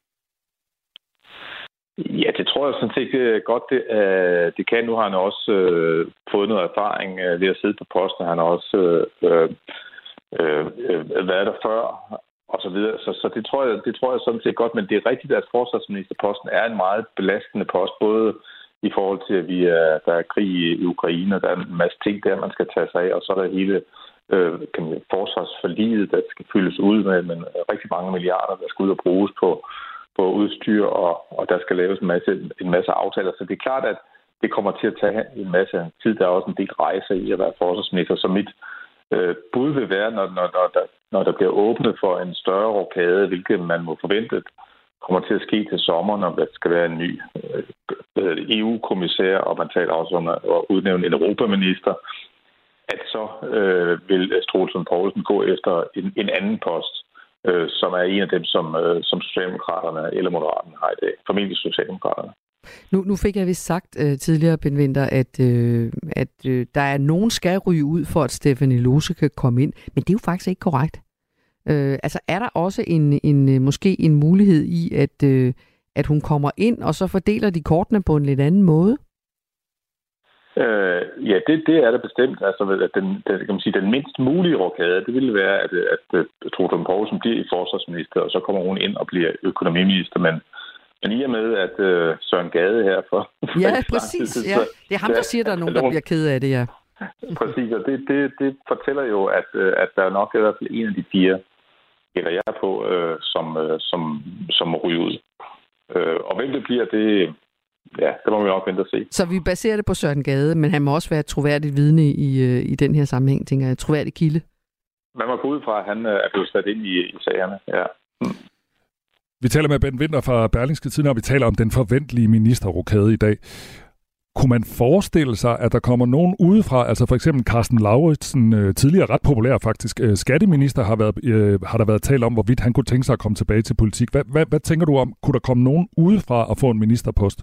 Ja, det tror jeg sådan set godt, det, øh, det kan. Nu har han også øh, fået noget erfaring øh, ved at sidde på posten. Han har også øh, øh, øh, været der før, og så videre. Så, så det, tror jeg, det tror jeg sådan set godt, men det er rigtigt, at forsvarsministerposten er en meget belastende post, både i forhold til, at vi er, der er krig i Ukraine, og der er en masse ting der, man skal tage sig af, og så er der hele øh, kan man, forsvarsforliget, der skal fyldes ud med, med rigtig mange milliarder, der skal ud og bruges på, på udstyr, og, og der skal laves en masse, en masse aftaler. Så det er klart, at det kommer til at tage en masse tid. Der er også en del rejser i at være forsvarsminister, så mit øh, bud vil være, når, når, når, der, når der bliver åbnet for en større rokade, hvilket man må forvente, kommer til at ske til sommer, når der skal være en ny øh, E U-kommissær, og man taler også om at udnævne en europaminister, at så øh, vil Troels Lund Poulsen gå efter en, en anden post, øh, som er en af dem, som, øh, som Socialdemokraterne eller Moderaterne har i dag. Formentlig Socialdemokraterne. Nu, nu fik jeg vist sagt øh, tidligere, Ben Winther, at, øh, at øh, der er nogen skal ryge ud for, at Stephanie Lose kan komme ind. Men det er jo faktisk ikke korrekt. Øh, altså er der også en, en måske en mulighed i, at, øh, at hun kommer ind, og så fordeler de kortene på en lidt anden måde? Øh, ja, det, det er det bestemt. Altså, at den, den, kan man sige, den mindst mulige rokade, det ville være, at, at, at Troels Lund Poulsen bliver i forsvarsminister, og så kommer hun ind og bliver økonomiminister. Men, men i og med, at uh, Søren Gade her for... Ja, præcis. Tid, ja. Det er ham, der siger, at der er nogen, der bliver ked af det, ja. Præcis, og det, det, det fortæller jo, at, at der nok er i hvert fald en af de fire, eller jeg er på, uh, som, uh, som, som må ryge ud. Uh, og hvem det bliver, det... Ja, det må vi nok vente at se. Så vi baserer det på Søren Gade, men han må også være et troværdigt vidne i, i den her sammenhæng, tænker jeg. Troværdig kilde. Man må gå ud fra, at han er blevet sat ind i, i sagerne, ja. Mm. Vi taler med Ben Winther fra Berlingske Tidende, og vi taler om den forventelige ministerrokade i dag. Kunne man forestille sig, at der kommer nogen udefra, altså for eksempel Karsten Lauritsen, tidligere ret populær faktisk, skatteminister, har, været, øh, har der været talt om, hvorvidt han kunne tænke sig at komme tilbage til politik. Hvad, hvad, hvad tænker du om? Kunne der komme nogen udefra at få en ministerpost?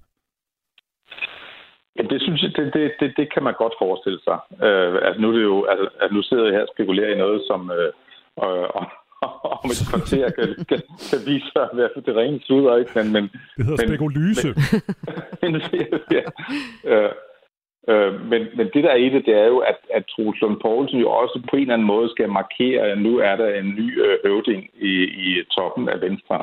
Ja, det synes jeg, det, det, det, det kan man godt forestille sig. Øh, altså nu er det jo, altså, altså nu sidder jeg her og spekulerer i noget, som øh, øh, om et kvarter kan, kan, kan vise sig at være for det rene sludder, ikke? Men, men, det hedder men, spekulyse. Men, ja, øh, øh, men, men det der er i det, det er jo, at, at Troels Lund Poulsen jo også på en eller anden måde skal markere, at nu er der en ny øh, høvding i, i toppen af Venstre.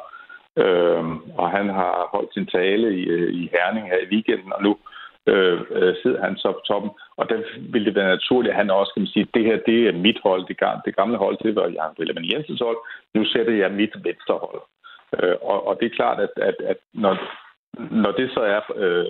Øh, og han har holdt sin tale i, i Herning her i weekenden, og nu Øh, øh, sidder han så på toppen, og der ville det være naturligt, at han også kan sige, at det her, det er mit hold, det gamle, det gamle hold, det var Jakob Ellemann Jensens hold, nu sætter jeg mit venstrehold. Øh, og, og det er klart, at, at, at når, når det så er øh,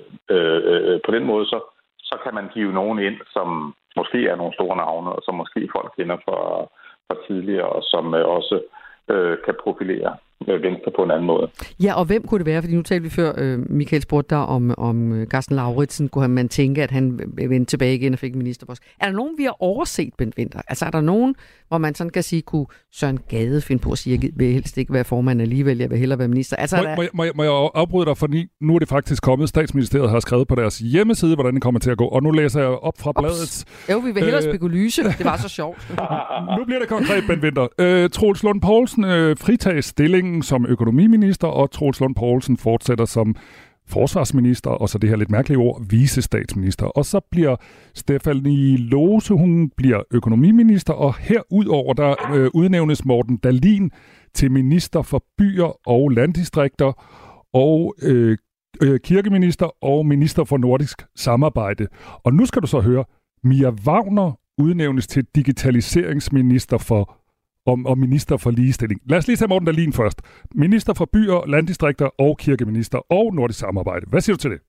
øh, på den måde, så, så kan man give nogen ind, som måske er nogle store navne, og som måske folk kender fra, fra tidligere, og som øh, også øh, kan profilere Venstre på en anden måde. Ja, og hvem kunne det være? Fordi nu talte vi før, øh, Michael spurgte dig om, om Karsten Lauritsen. Kunne man tænke, at han vendte tilbage igen og fik ministerpost? Er der nogen, vi har overset, Ben Winther? Altså er der nogen, hvor man sådan kan sige, kunne Søren Gade finde på at sige, at jeg vil helst ikke være formand alligevel, jeg vil hellere være minister? Altså, må, der... må, jeg, må, jeg, må jeg afbryde dig, fordi nu er det faktisk kommet. Statsministeriet har skrevet på deres hjemmeside, hvordan det kommer til at gå, og nu læser jeg op fra bladet. Jo, vi vil hellere øh... spekulyse. Det var så sjovt. Nu bliver det konkret, Ben Winther. Øh, Troels Lund Poulsen øh, fritages stillingen som økonomiminister, og Troels Lund Poulsen fortsætter som forsvarsminister, og så det her lidt mærkelige ord, vicestatsminister. Og så bliver Stephanie Lose, hun bliver økonomiminister, og herudover der øh, udnævnes Morten Dahlin til minister for byer og landdistrikter, og øh, øh, kirkeminister og minister for nordisk samarbejde. Og nu skal du så høre, Mia Wagner udnævnes til digitaliseringsminister for Om, om minister for ligestilling. Lad os lige tage Morten Dahlin først. Minister for byer, landdistrikter og kirkeminister og nordisk samarbejde. Hvad siger du til det?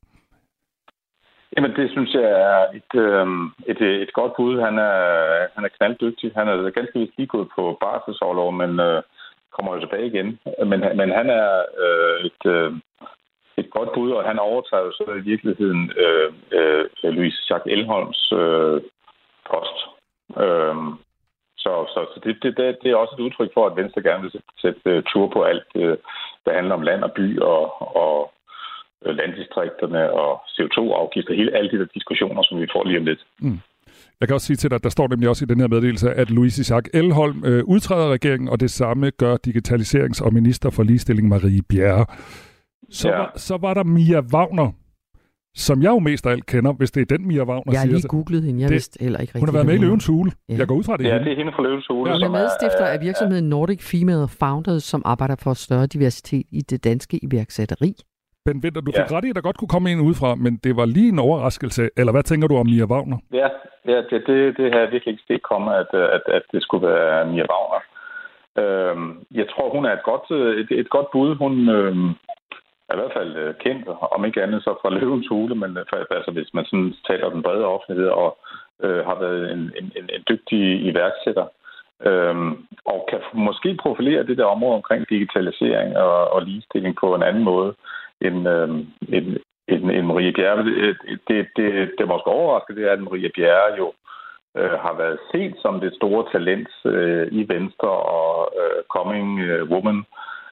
Jamen, det synes jeg er et, øh, et, et godt bud. Han er, han er knalddygtig. Han er ganske vist lige gået på barselsorlov, men øh, kommer jo tilbage igen. Men, men han er øh, et, øh, et godt bud, og han overtager jo så i virkeligheden øh, øh, Louise Schack Elholms øh, post. Øh, Så, så, så det, det, det er også et udtryk for, at Venstre gerne vil sætte, sætte tur på alt, der handler om land og by og, og landdistrikterne og C O to afgifter. Hele alle de der diskussioner, som vi får lige om lidt. Mm. Jeg kan også sige til dig, at der står nemlig også i den her meddelelse, at Louise Schack Elholm øh, udtræder regeringen, og det samme gør digitaliserings- og minister for ligestilling Marie Bjerre. Så, ja. var, så var der Mia Wagner, som jeg jo mest af alt kender, hvis det er den Mia Wagner. Jeg har lige googlet hende, jeg det, vidste heller ikke rigtigt. Hun har været med i Løvens Hule. Ja. Jeg går ud fra det. Ja, det er hende fra Løvens Hule. Hun er medstifter af virksomheden Nordic Female Founders, som arbejder for større diversitet i det danske iværksætteri. Ben Winther, du fik ja. ret i, at der godt kunne komme en udefra, men det var lige en overraskelse. Eller hvad tænker du om Mia Wagner? Ja, ja det, det, det har virkelig ikke set komme, at, at, at det skulle være Mia Wagner. Øhm, jeg tror, hun er et godt, et, et godt bud. Hun øhm, er i hvert fald kendt, om ikke andet så fra Løvens Hule, men altså, hvis man sådan taler om den brede offentlighed, og øh, har været en, en, en dygtig iværksætter, øhm, og kan måske profilere det der område omkring digitalisering og, og ligestilling på en anden måde, end, øh, end, end, end Marie Bjerre. Det, det, det, det måske overrasker, det er, at Marie Bjerre jo øh, har været set som det store talent øh, i Venstre og øh, coming øh, woman.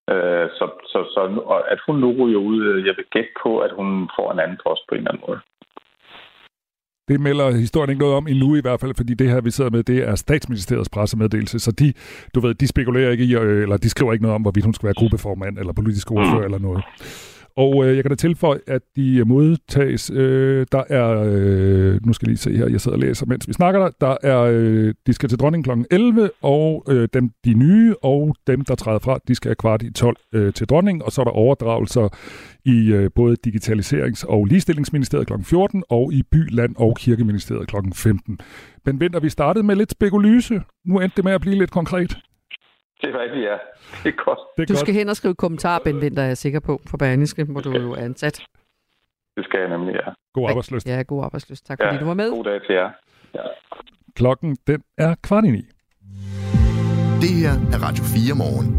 Øh, så, så, så at hun nu ryger ud, jeg vil gætte på, at hun får en anden post på en eller anden måde. Det melder historien ikke noget om endnu i hvert fald, fordi det her, vi sidder med, det er Statsministeriets pressemeddelelse, så de, du ved, de spekulerer ikke i, eller de skriver ikke noget om, hvorvidt hun skal være gruppeformand eller politisk ordfører mm. eller noget. Og øh, jeg kan da tilføje, at de modtages, øh, der er, øh, nu skal jeg lige se her, jeg sidder og læser, mens vi snakker der, der er, øh, de skal til dronningen klokken elleve, og øh, dem, de nye, og dem, der træder fra, de skal kvart i tolv øh, til dronningen, og så er der overdragelser i øh, både Digitaliserings- og Ligestillingsministeriet klokken fjorten, og i By-, Land- og Kirkeministeriet klokken femten. Men Winther, vi startede med lidt spekulyse, nu endte det med at blive lidt konkret. Det er rigtigt, ja. Det er godt. Det er du godt. Skal hen og skrive kommentarer, Ben Winther, er jeg sikker på, for Berlingske, hvor du jo er ansat. Det skal jeg nemlig, ja. God arbejdslyst. Ja, god arbejdslyst. Tak fordi ja, du var med. God dag til jer. Ja. Klokken, den er kvart i ni. Det her er Radio fire Morgen.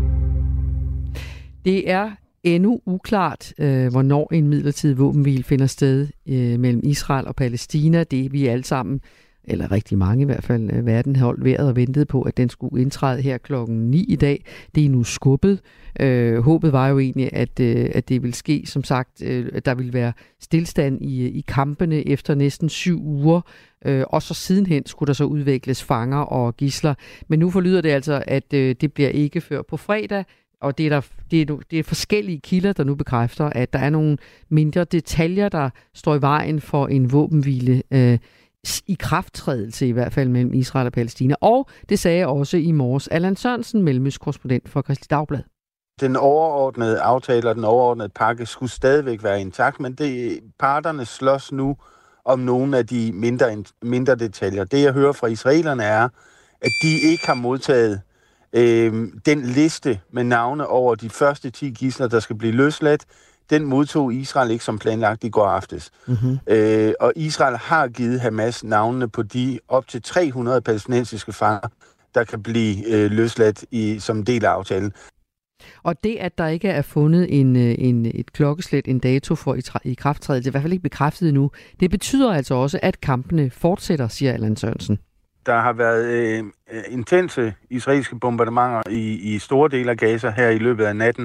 Det er endnu uklart, øh, hvornår en midlertidig våbenhvile finder sted øh, mellem Israel og Palæstina. Det er vi alle sammen, eller rigtig mange i hvert fald, verden har holdt vejret og ventet på, at den skulle indtræde her klokken ni i dag. Det er nu skubbet. Øh, håbet var jo egentlig, at, øh, at det ville ske, som sagt, øh, at der ville være stillstand i, i kampene efter næsten syv uger. Øh, og så sidenhen skulle der så udvikles fanger og gidsler. Men nu forlyder det altså, at øh, det bliver ikke før på fredag. Og det er, der, det, er, det er forskellige kilder, der nu bekræfter, at der er nogle mindre detaljer, der står i vejen for en våbenhvile øh, i krafttrædelse, i hvert fald mellem Israel og Palæstina. Og det sagde jeg også i morges Allan Sørensen, mellemøstkorrespondent for Kristeligt Dagblad. Den overordnede aftale og den overordnede pakke skulle stadigvæk være intakt, men det, parterne slås nu om nogle af de mindre, mindre detaljer. Det, jeg hører fra israelerne, er, at de ikke har modtaget øh, den liste med navne over de første ti gidsler, der skal blive løsladt. Den modtog Israel ikke som planlagt i går aftes. Mm-hmm. Øh, og Israel har givet Hamas navnene på de op til tre hundrede palæstinensiske fanger, der kan blive øh, løsladt i, som del af aftalen. Og det, at der ikke er fundet en, en, et klokkeslæt, en dato for i, i krafttrædelse, det er i hvert fald ikke bekræftet endnu, det betyder altså også, at kampene fortsætter, siger Allan Sørensen. Der har været øh, intense israelske bombardementer i, i store dele af Gaza her i løbet af natten.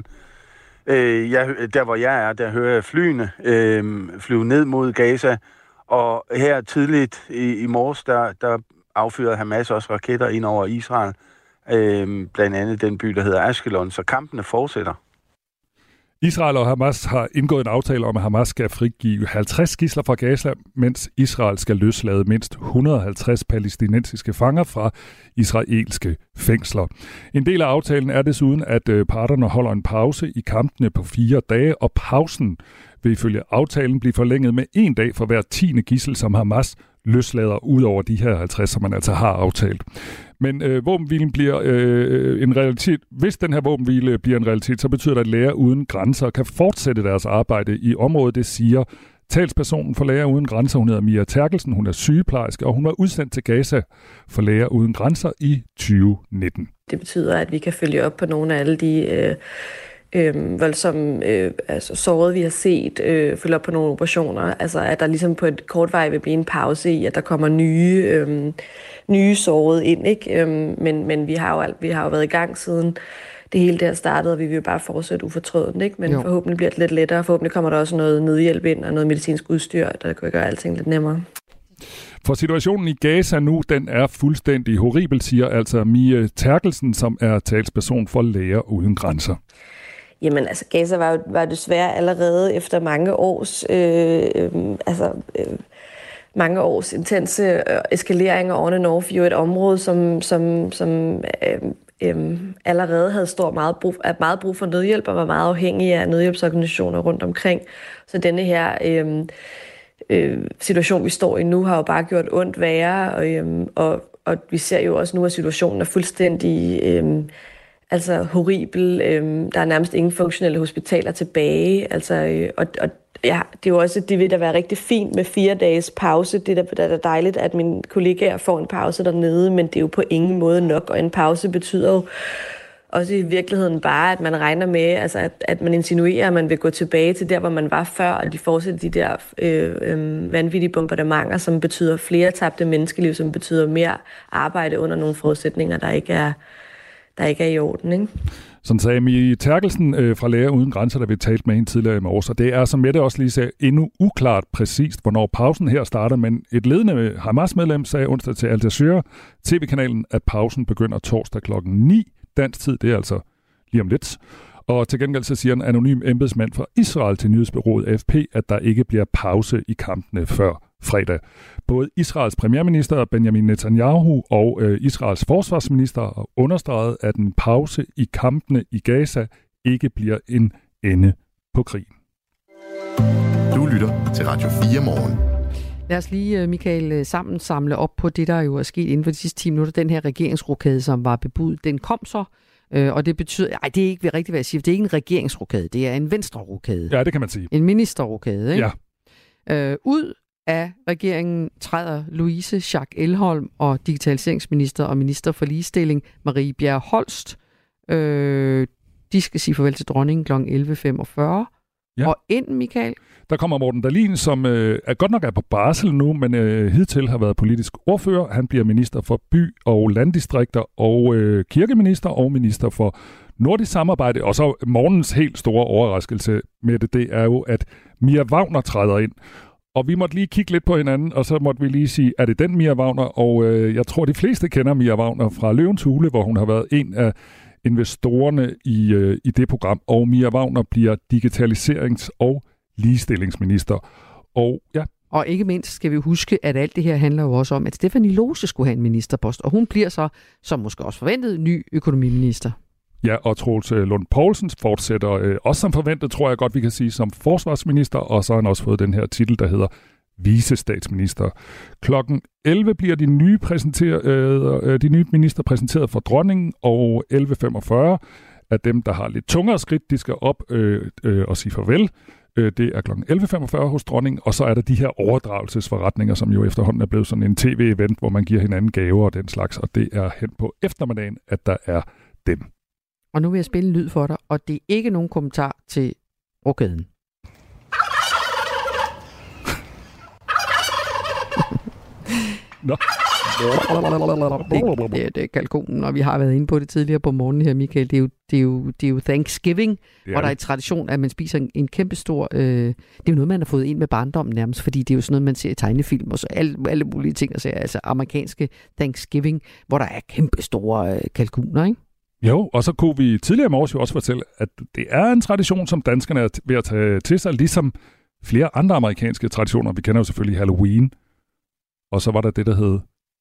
Øh, jeg, der hvor jeg er, der hører jeg flyene øh, flyve ned mod Gaza, og her tidligt i, i morges, der, der affyrede Hamas også raketter ind over Israel, øh, blandt andet den by, der hedder Ashkelon, så kampene fortsætter. Israel og Hamas har indgået en aftale om, at Hamas skal frigive halvtreds gidsler fra Gaza, mens Israel skal løslade mindst et hundrede og halvtreds palæstinensiske fanger fra israelske fængsler. En del af aftalen er desuden, at parterne holder en pause i kampene på fire dage, og pausen vil ifølge aftalen blive forlænget med en dag for hver tiende gidsel, som Hamas løslader ud over de her halvtreds, som man altså har aftalt. Men øh, våbenhvilen bliver øh, en realitet. Hvis den her våbenhvile bliver en realitet, så betyder det, at Læger Uden Grænser kan fortsætte deres arbejde i området. Det siger talspersonen for Læger Uden Grænser. Hun hedder Mia Terkelsen, hun er sygeplejerske, og hun var udsendt til Gaza for Læger Uden Grænser i tyve nitten. Det betyder, at vi kan følge op på nogle af alle de øh, øh, voldsomme øh, altså, sårede, vi har set, øh, følge op på nogle operationer. Altså, at der ligesom på et kort vej vil blive en pause i, at der kommer nye... Øh, nye såret ind, ikke? Øhm, men, men vi har, jo, vi har jo været i gang siden det hele der startede, og vi vil jo bare fortsætte ufortrødent, ikke? Men jo. Forhåbentlig bliver det lidt lettere, forhåbentlig kommer der også noget nødhjælp ind og noget medicinsk udstyr, der kan gøre alting lidt nemmere. For situationen i Gaza nu, den er fuldstændig horribel, siger altså Mia Terkelsen, som er talsperson for Læger Uden Grænser. Jamen altså, Gaza var jo var desværre allerede efter mange års... Øh, øh, altså... Øh, mange års intense eskaleringer on and off, jo et område, som, som, som øh, øh, allerede havde stor meget brug, meget brug for nødhjælp, og var meget afhængig af nødhjælpsorganisationer rundt omkring. Så denne her øh, øh, situation, vi står i nu, har jo bare gjort ondt værre, og, øh, og, og vi ser jo også nu, at situationen er fuldstændig øh, altså horribel. Øh, der er nærmest ingen funktionelle hospitaler tilbage, altså, øh, og, og ja, det er jo også, det vil da være rigtig fint med fire dages pause. Det er da, da dejligt, at mine kollegaer får en pause dernede, men det er jo på ingen måde nok, og en pause betyder jo også i virkeligheden bare, at man regner med, altså at, at man insinuerer, at man vil gå tilbage til der, hvor man var før, og de fortsætter de der øh, øh, vanvittige bombardementer, som betyder flere tabte menneskeliv, som betyder mere arbejde under nogle forudsætninger, der ikke er, der ikke er i orden, ikke? Sådan sagde Mie Terkelsen øh, fra Læger Uden Grænser, der vi talt med hende tidligere i morges. Og det er, som Mette også lige sagde, endnu uklart præcist, hvornår pausen her starter. Men et ledende Hamas-medlem sagde onsdag til Al Jazeera, T V-kanalen, at pausen begynder torsdag klokken ni dansk tid. Det er altså lige om lidt. Og til gengæld så siger en anonym embedsmand fra Israel til nyhedsbureauet A F P, at der ikke bliver pause i kampene før fredag. Både Israels premierminister Benjamin Netanyahu og øh, Israels forsvarsminister har understreget, at en pause i kampene i Gaza ikke bliver en ende på krigen. Du lytter til Radio fire Morgen. Lad os lige, Michael, sammen samle op på det, der jo er sket inden for de sidste ti minutter. Den her regeringsrokade, som var bebudt, den kom så. Og det betyder, nej, det er ikke rigtigt, hvad jeg siger, det er ikke en regeringsrokade, det er en venstrerokade. Ja, det kan man sige. En ministerrokade, ikke? Ja. Øh, ud af regeringen træder Louise Schack Elholm og digitaliseringsminister og minister for ligestilling Marie Bjerre Holst. Øh, de skal sige farvel til dronningen kl. elleve femogfyrre. Ja. Og ind, Michael? Der kommer Morten Dahlin, som øh, er godt nok er på barsel nu, men øh, hidtil har været politisk ordfører. Han bliver minister for by- og landdistrikter og øh, kirkeminister og minister for nordisk samarbejde. Og så morgens helt store overraskelse med det, det er jo, at Mia Wagner træder ind. Og vi måtte lige kigge lidt på hinanden, og så måtte vi lige sige, er det den Mia Wagner? Og øh, jeg tror, de fleste kender Mia Wagner fra Løvens Hule, hvor hun har været en af investorerne i, øh, i det program. Og Mia Wagner bliver digitaliserings- og ligestillingsminister. Og ja. Og ikke mindst skal vi huske, at alt det her handler jo også om, at Stephanie Lose skulle have en ministerpost, og hun bliver så, som måske også forventet, ny økonomiminister. Ja, og Troels Lund Poulsen fortsætter øh, også som forventet, tror jeg godt, vi kan sige, som forsvarsminister, og så har han også fået den her titel, der hedder vicestatsminister. Klokken elleve bliver de nye, øh, de nye minister præsenteret for dronningen, og elleve femogfyrre af dem, der har lidt tungere skridt, de skal op øh, øh, og sige farvel. Det er klokken elleve femogfyrre hos dronningen, og så er der de her overdragelsesforretninger, som jo efterhånden er blevet sådan en tv-event, hvor man giver hinanden gaver og den slags, og det er hen på eftermiddagen, at der er dem. Og nu vil jeg spille en lyd for dig, og det er ikke nogen kommentar til rokaden. Nå. Det, det, det er kalkunen, og vi har været inde på det tidligere på morgenen her, Michael. Det er jo, det er jo, det er jo Thanksgiving, det er hvor der er en tradition, at man spiser en, en kæmpe stor... Øh, det er jo noget, man har fået ind med barndommen nærmest, fordi det er jo sådan noget, man ser i tegnefilm, og så alle, alle mulige ting, der ser, altså amerikanske Thanksgiving, hvor der er kæmpe store øh, kalkuner, ikke? Jo, og så kunne vi tidligere i morges jo også fortælle, at det er en tradition, som danskerne er ved at tage til sig, ligesom flere andre amerikanske traditioner. Vi kender jo selvfølgelig Halloween, og så var der det, der hed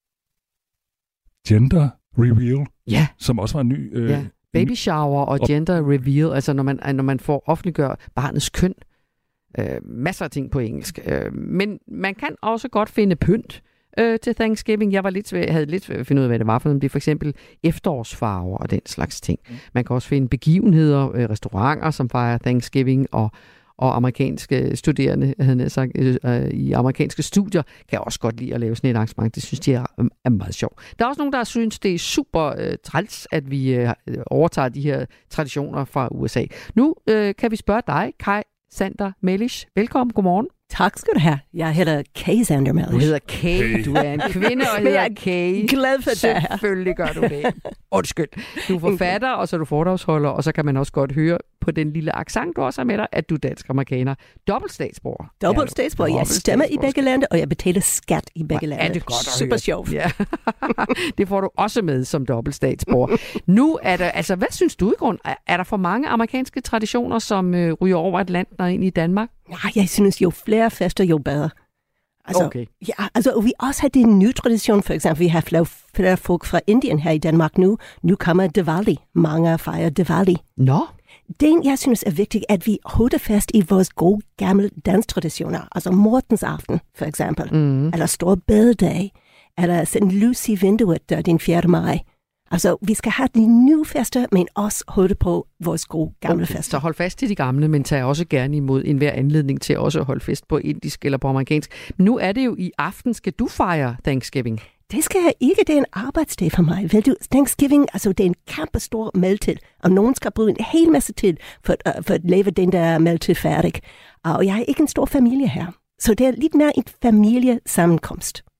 gender reveal, ja. Som også var en ny... Øh, ja. Baby shower og gender reveal, altså når man, når man får offentliggør barnets køn. Øh, masser af ting på engelsk. Øh, men man kan også godt finde pynt øh, til Thanksgiving. Jeg var lidt svært, havde lidt svært at finde ud af, hvad det var for noget. Det er for eksempel efterårsfarver og den slags ting. Mm. Man kan også finde begivenheder, øh, restauranter, som fejrer Thanksgiving, og og amerikanske studerende, havde jeg sagt, øh, i amerikanske studier, kan også godt lide at lave sådan et arrangement. Det synes de er, er meget sjovt. Der er også nogen, der synes, det er super øh, træls, at vi øh, overtager de her traditioner fra U S A. Nu øh, kan vi spørge dig, Kai Sander Melish. Velkommen, godmorgen. Tak skal du have. Jeg hedder Kay Sander Melish. Du hedder Kay. Du er en kvinde og hedder Kay. Glad for det. Selvfølgelig gør du det. Undskyld. Du er forfatter, og så er du foredragsholder, og så kan man også godt høre på den lille accent, du også har med dig, at du er dansk-amerikaner. Dobbelt statsborger. Dobbelt statsborger. Jeg stemmer i begge lande, og jeg betaler skat i begge lande. Er det godt at Super sjovt. Ja. Det får du også med som dobbelt statsborger. Nu er der, altså hvad synes du i grund? Er der for mange amerikanske traditioner, som øh, ryger over Atlanten og ind i Danmark? Nej, jeg synes jo flere fester, jo bedre. Altså, okay. Ja, altså vi også har den nye tradition, for eksempel, vi har flere, flere folk fra Indien her i Danmark nu. Nu kommer Diwali. Mange fejrer Diwali. Nå? Det, jeg synes er vigtigt, at vi holder fast i vores gode, gamle danstraditioner. Altså Mortens aften, for eksempel. Mm. Eller Stor Bededag. Eller sætte lys i vinduet den fjerde maj. Altså, vi skal have de nye fester, men også holde på vores gode gamle okay, fester. Så hold fast i de gamle, men tag også gerne imod enhver anledning til også at holde fest på indisk eller på amerikansk. Men nu er det jo i aften. Skal du fejre Thanksgiving? Det skal jeg ikke. Det er en arbejdsdag for mig. Vel, du, Thanksgiving, altså det er en kæmpe stor måltid, og nogen skal bruge en hel masse tid for, uh, for at lave den der måltid færdig. Og jeg har ikke en stor familie her. Så det er lidt mere en familiesammenkomst.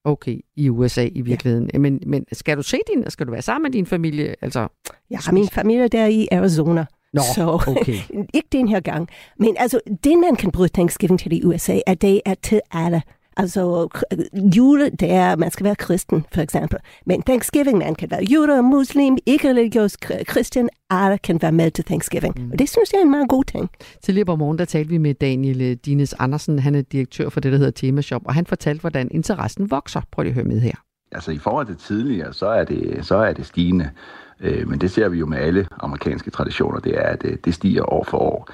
Okay, i U S A i virkeligheden. Ja. Men, men skal du se din, skal du være sammen med din familie? Altså, ja, min familie der i Arizona. Nå, så okay. ikke den her gang. Men altså, det man kan bruge Thanksgiving til i U S A, er det er til alle. Altså, jule, det er, man skal være kristen, for eksempel. Men Thanksgiving, man kan være jude, muslim, ikke-religiøs, kristen, alle kan være med til Thanksgiving. Mm. Og det synes jeg er en meget god ting. Tidligere på morgen, der talte vi med Daniel Dines Andersen. Han er direktør for det, der hedder Temashop, og han fortalte, hvordan interessen vokser. Prøv lige at høre med her. Altså, i forhold til tidligere, så er det, så er det stigende. Øh, men det ser vi jo med alle amerikanske traditioner. Det er, at det, det stiger år for år.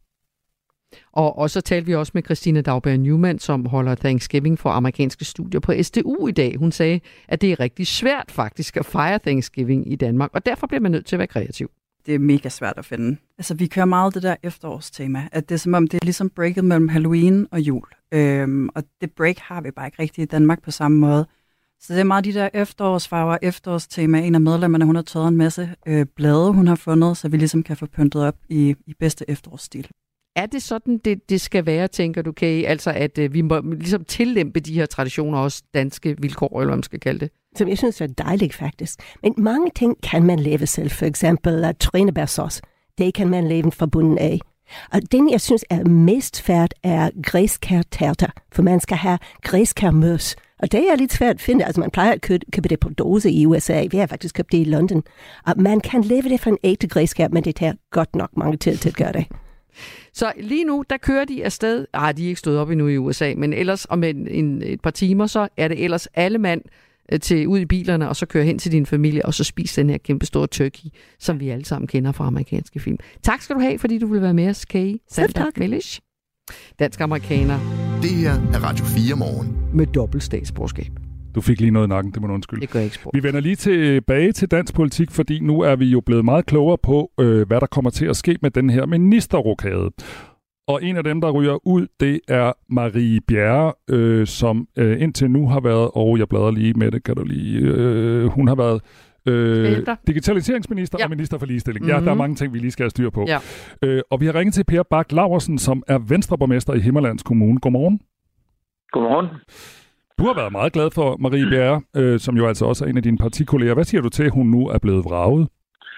Og, og så talte vi også med Christina Dauberg Newman, som holder Thanksgiving for amerikanske studier på S D U i dag. Hun sagde, at det er rigtig svært faktisk at fejre Thanksgiving i Danmark, og derfor bliver man nødt til at være kreativ. Det er mega svært at finde. Altså, vi kører meget det der efterårstema, at det er som om, det er ligesom breaket mellem Halloween og jul. Øhm, og det break har vi bare ikke rigtigt i Danmark på samme måde. Så det er meget de der efterårsfarver, efterårstema. En af medlemmerne, hun har taget en masse øh, blade, hun har fundet, så vi ligesom kan få pyntet op i, i bedste efterårsstil. Er det sådan, det, det skal være, tænker du, Kay? Altså, at øh, vi må ligesom tillempe de her traditioner, også danske vilkår, eller hvad man skal kalde det? Som jeg synes er dejligt, faktisk. Men mange ting kan man lave selv. For eksempel uh, trænebærsauce. Det kan man lave fra bunden af. Og den, jeg synes er mest færd, er græskærtærter. For man skal have græskærmøs. Og det er lidt svært at finde. Altså, man plejer at købe, købe det på dåse i U S A. Vi har faktisk købt det i London. Og man kan lave det fra en ægte græskær, men det tager godt nok mange tid til at gøre det. Så lige nu, der kører de afsted. Ah, de er ikke stået op endnu i U S A, men ellers om en, en, et par timer, så er det ellers alle mand til ud i bilerne, og så kører hen til din familie, og så spiser den her kæmpe store turkey, som vi alle sammen kender fra amerikanske film. Tak skal du have, fordi du vil være med os, Kay Sandra Mellish. Dansk-amerikaner. Det her er Radio fire morgen. Med dobbelt statsborgerskab. Du fik lige noget i nakken, det må du undskylde. Det gør jeg ikke spurgt. Vi vender lige tilbage til dansk politik, fordi nu er vi jo blevet meget klogere på, øh, hvad der kommer til at ske med den her ministerrokade. Og en af dem, der ryger ud, det er Marie Bjerre, øh, som øh, indtil nu har været, og jeg bladrer lige med det, kan du lige, øh, hun har været øh, digitaliseringsminister ja. og minister for ligestilling. Mm-hmm. Ja, der er mange ting, vi lige skal have styr på. Ja. Øh, og vi har ringet til Per Bak Laursen, som er venstreborgmester i Himmerlands Kommune. Godmorgen. Godmorgen. Du har været meget glad for Marie Bjerre, øh, som jo altså også er en af dine partikolleger. Hvad siger du til, at hun nu er blevet vraget?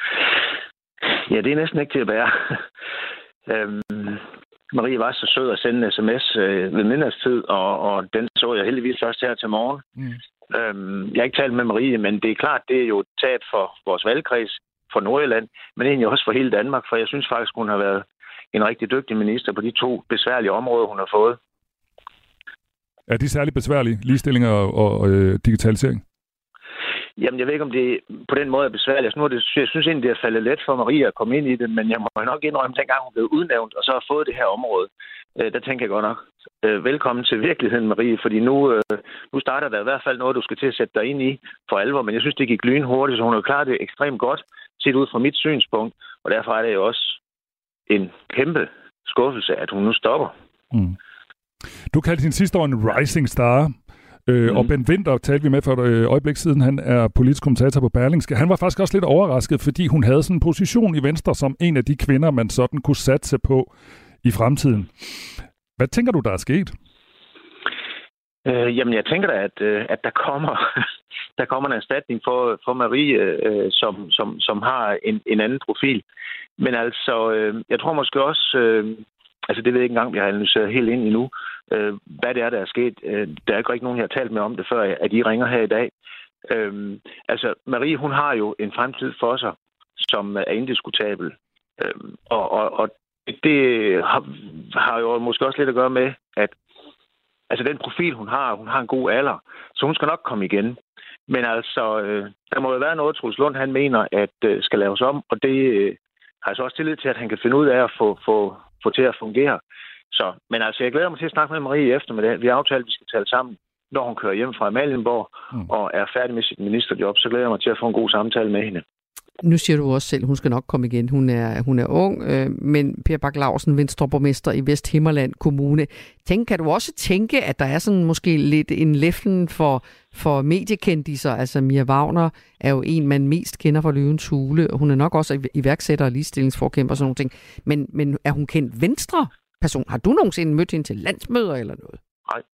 Ja, det er næsten ikke til at bære. øhm, Marie var så sød at sende en sms øh, ved middagstid, og, og den så jeg heldigvis først her til morgen. Mm. Øhm, jeg har ikke talt med Marie, men det er klart, det er jo et tab for vores valgkreds, for Nordjylland, men egentlig også for hele Danmark, for jeg synes faktisk, hun har været en rigtig dygtig minister på de to besværlige områder, hun har fået. Er de særligt besværlige, ligestilling og, og øh, digitalisering? Jamen, jeg ved ikke, om det på den måde er besværligt. Altså, nu er det, jeg synes egentlig, det er faldet let for Marie at komme ind i det, men jeg må nok indrømme, dengang hun blev udnævnt, og så har fået det her område. Øh, der tænker jeg godt nok, øh, velkommen til virkeligheden, Marie, fordi nu, øh, nu starter der i hvert fald noget, du skal til at sætte dig ind i for alvor, men jeg synes, det gik lynhurtigt, så hun har jo klaret det ekstremt godt, set ud fra mit synspunkt, og derfor er det jo også en kæmpe skuffelse, at hun nu stopper. Mm. Du kaldte din sidste år en rising star, øh, mm. og Ben Winther talte vi med for et øjeblik siden. Han er politisk kommentator på Berlingske. Han var faktisk også lidt overrasket, fordi hun havde sådan en position i Venstre som en af de kvinder, man sådan kunne satse på i fremtiden. Hvad tænker du, der er sket? Øh, jamen, jeg tænker da, at, at der kommer der kommer en erstatning for, for Marie, øh, som, som, som har en, en anden profil. Men altså, øh, jeg tror måske også... Øh, Altså, det ved jeg ikke engang, vi har analyseret helt ind endnu, øh, hvad det er, der er sket. Øh, der er ikke rigtig nogen, jeg har talt med om det, før at I ringer her i dag. Øh, altså, Marie, hun har jo en fremtid for sig, som er indiskutabel. Øh, og, og, og det har, har jo måske også lidt at gøre med, at altså, den profil, hun har, hun har en god alder, så hun skal nok komme igen. Men altså, øh, der må jo være noget, Troels Lund, han mener, at øh, skal laves om, og det øh, har jeg så også tillid til, at han kan finde ud af at få... få få til at fungere. Så, men altså, jeg glæder mig til at snakke med Marie i eftermiddag. Vi har aftalt, at vi skal tale sammen, når hun kører hjem fra Amalienborg mm. og er færdig med sit ministerjob. Så glæder jeg mig til at få en god samtale med hende. Nu siger du også selv, at hun skal nok komme igen. Hun er, hun er ung, øh, men Per Bak Laursen, venstreborgmester i Vesthimmerland Kommune. Tænk, kan du også tænke, at der er sådan måske lidt en læflen for, for mediekendiser? Altså Mia Wagner er jo en, man mest kender fra Løvens Hule, og hun er nok også iværksætter og ligestillingsforkæmper og sådan nogle ting. Men, men er hun kendt venstre person? Har du nogensinde mødt hende til landsmøder eller noget? Nej,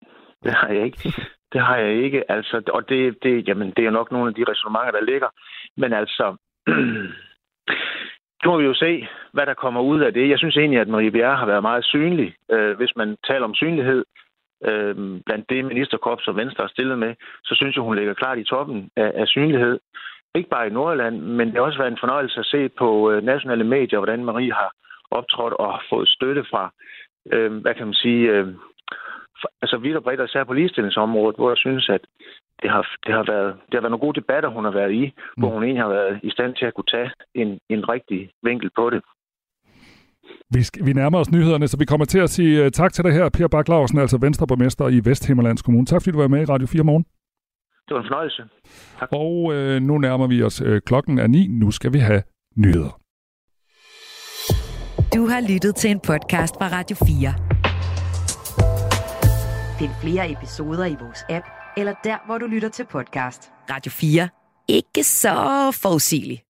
Det har jeg ikke. Det har jeg ikke. Altså, og det, det, jamen, det er nok nogle af de ræsonnementer, der ligger. Men altså, nu må vi jo se, hvad der kommer ud af det. Jeg synes egentlig, at Marie Bjerre har været meget synlig. Øh, hvis man taler om synlighed øh, blandt det ministerkorps, som Venstre har stillet med, så synes jeg, hun ligger klart i toppen af, af synlighed. Ikke bare i Nordjylland, men det har også været en fornøjelse at se på øh, nationale medier, hvordan Marie har optrådt og fået støtte fra, øh, hvad kan man sige, øh, for, altså vidt og bredt, og især på ligestillingsområdet, hvor jeg synes, at det har, det har, været, det har været nogle gode debatter, hun har været i, mm. hvor hun egentlig har været i stand til at kunne tage en, en rigtig vinkel på det. Vi, skal, vi nærmer os nyhederne, så vi kommer til at sige uh, tak til dig her, Per Bak Laursen, altså Venstreborgmester i Vesthimmerlands Kommune. Tak fordi du var med i Radio fire Morgen. Det var en fornøjelse. Tak. Og uh, nu nærmer vi os. Uh, klokken er ni. Nu skal vi have nyheder. Du har lyttet til en podcast fra Radio fire. Find flere episoder i vores app, eller der, hvor du lytter til podcast. Radio fire. Ikke så forudsigeligt.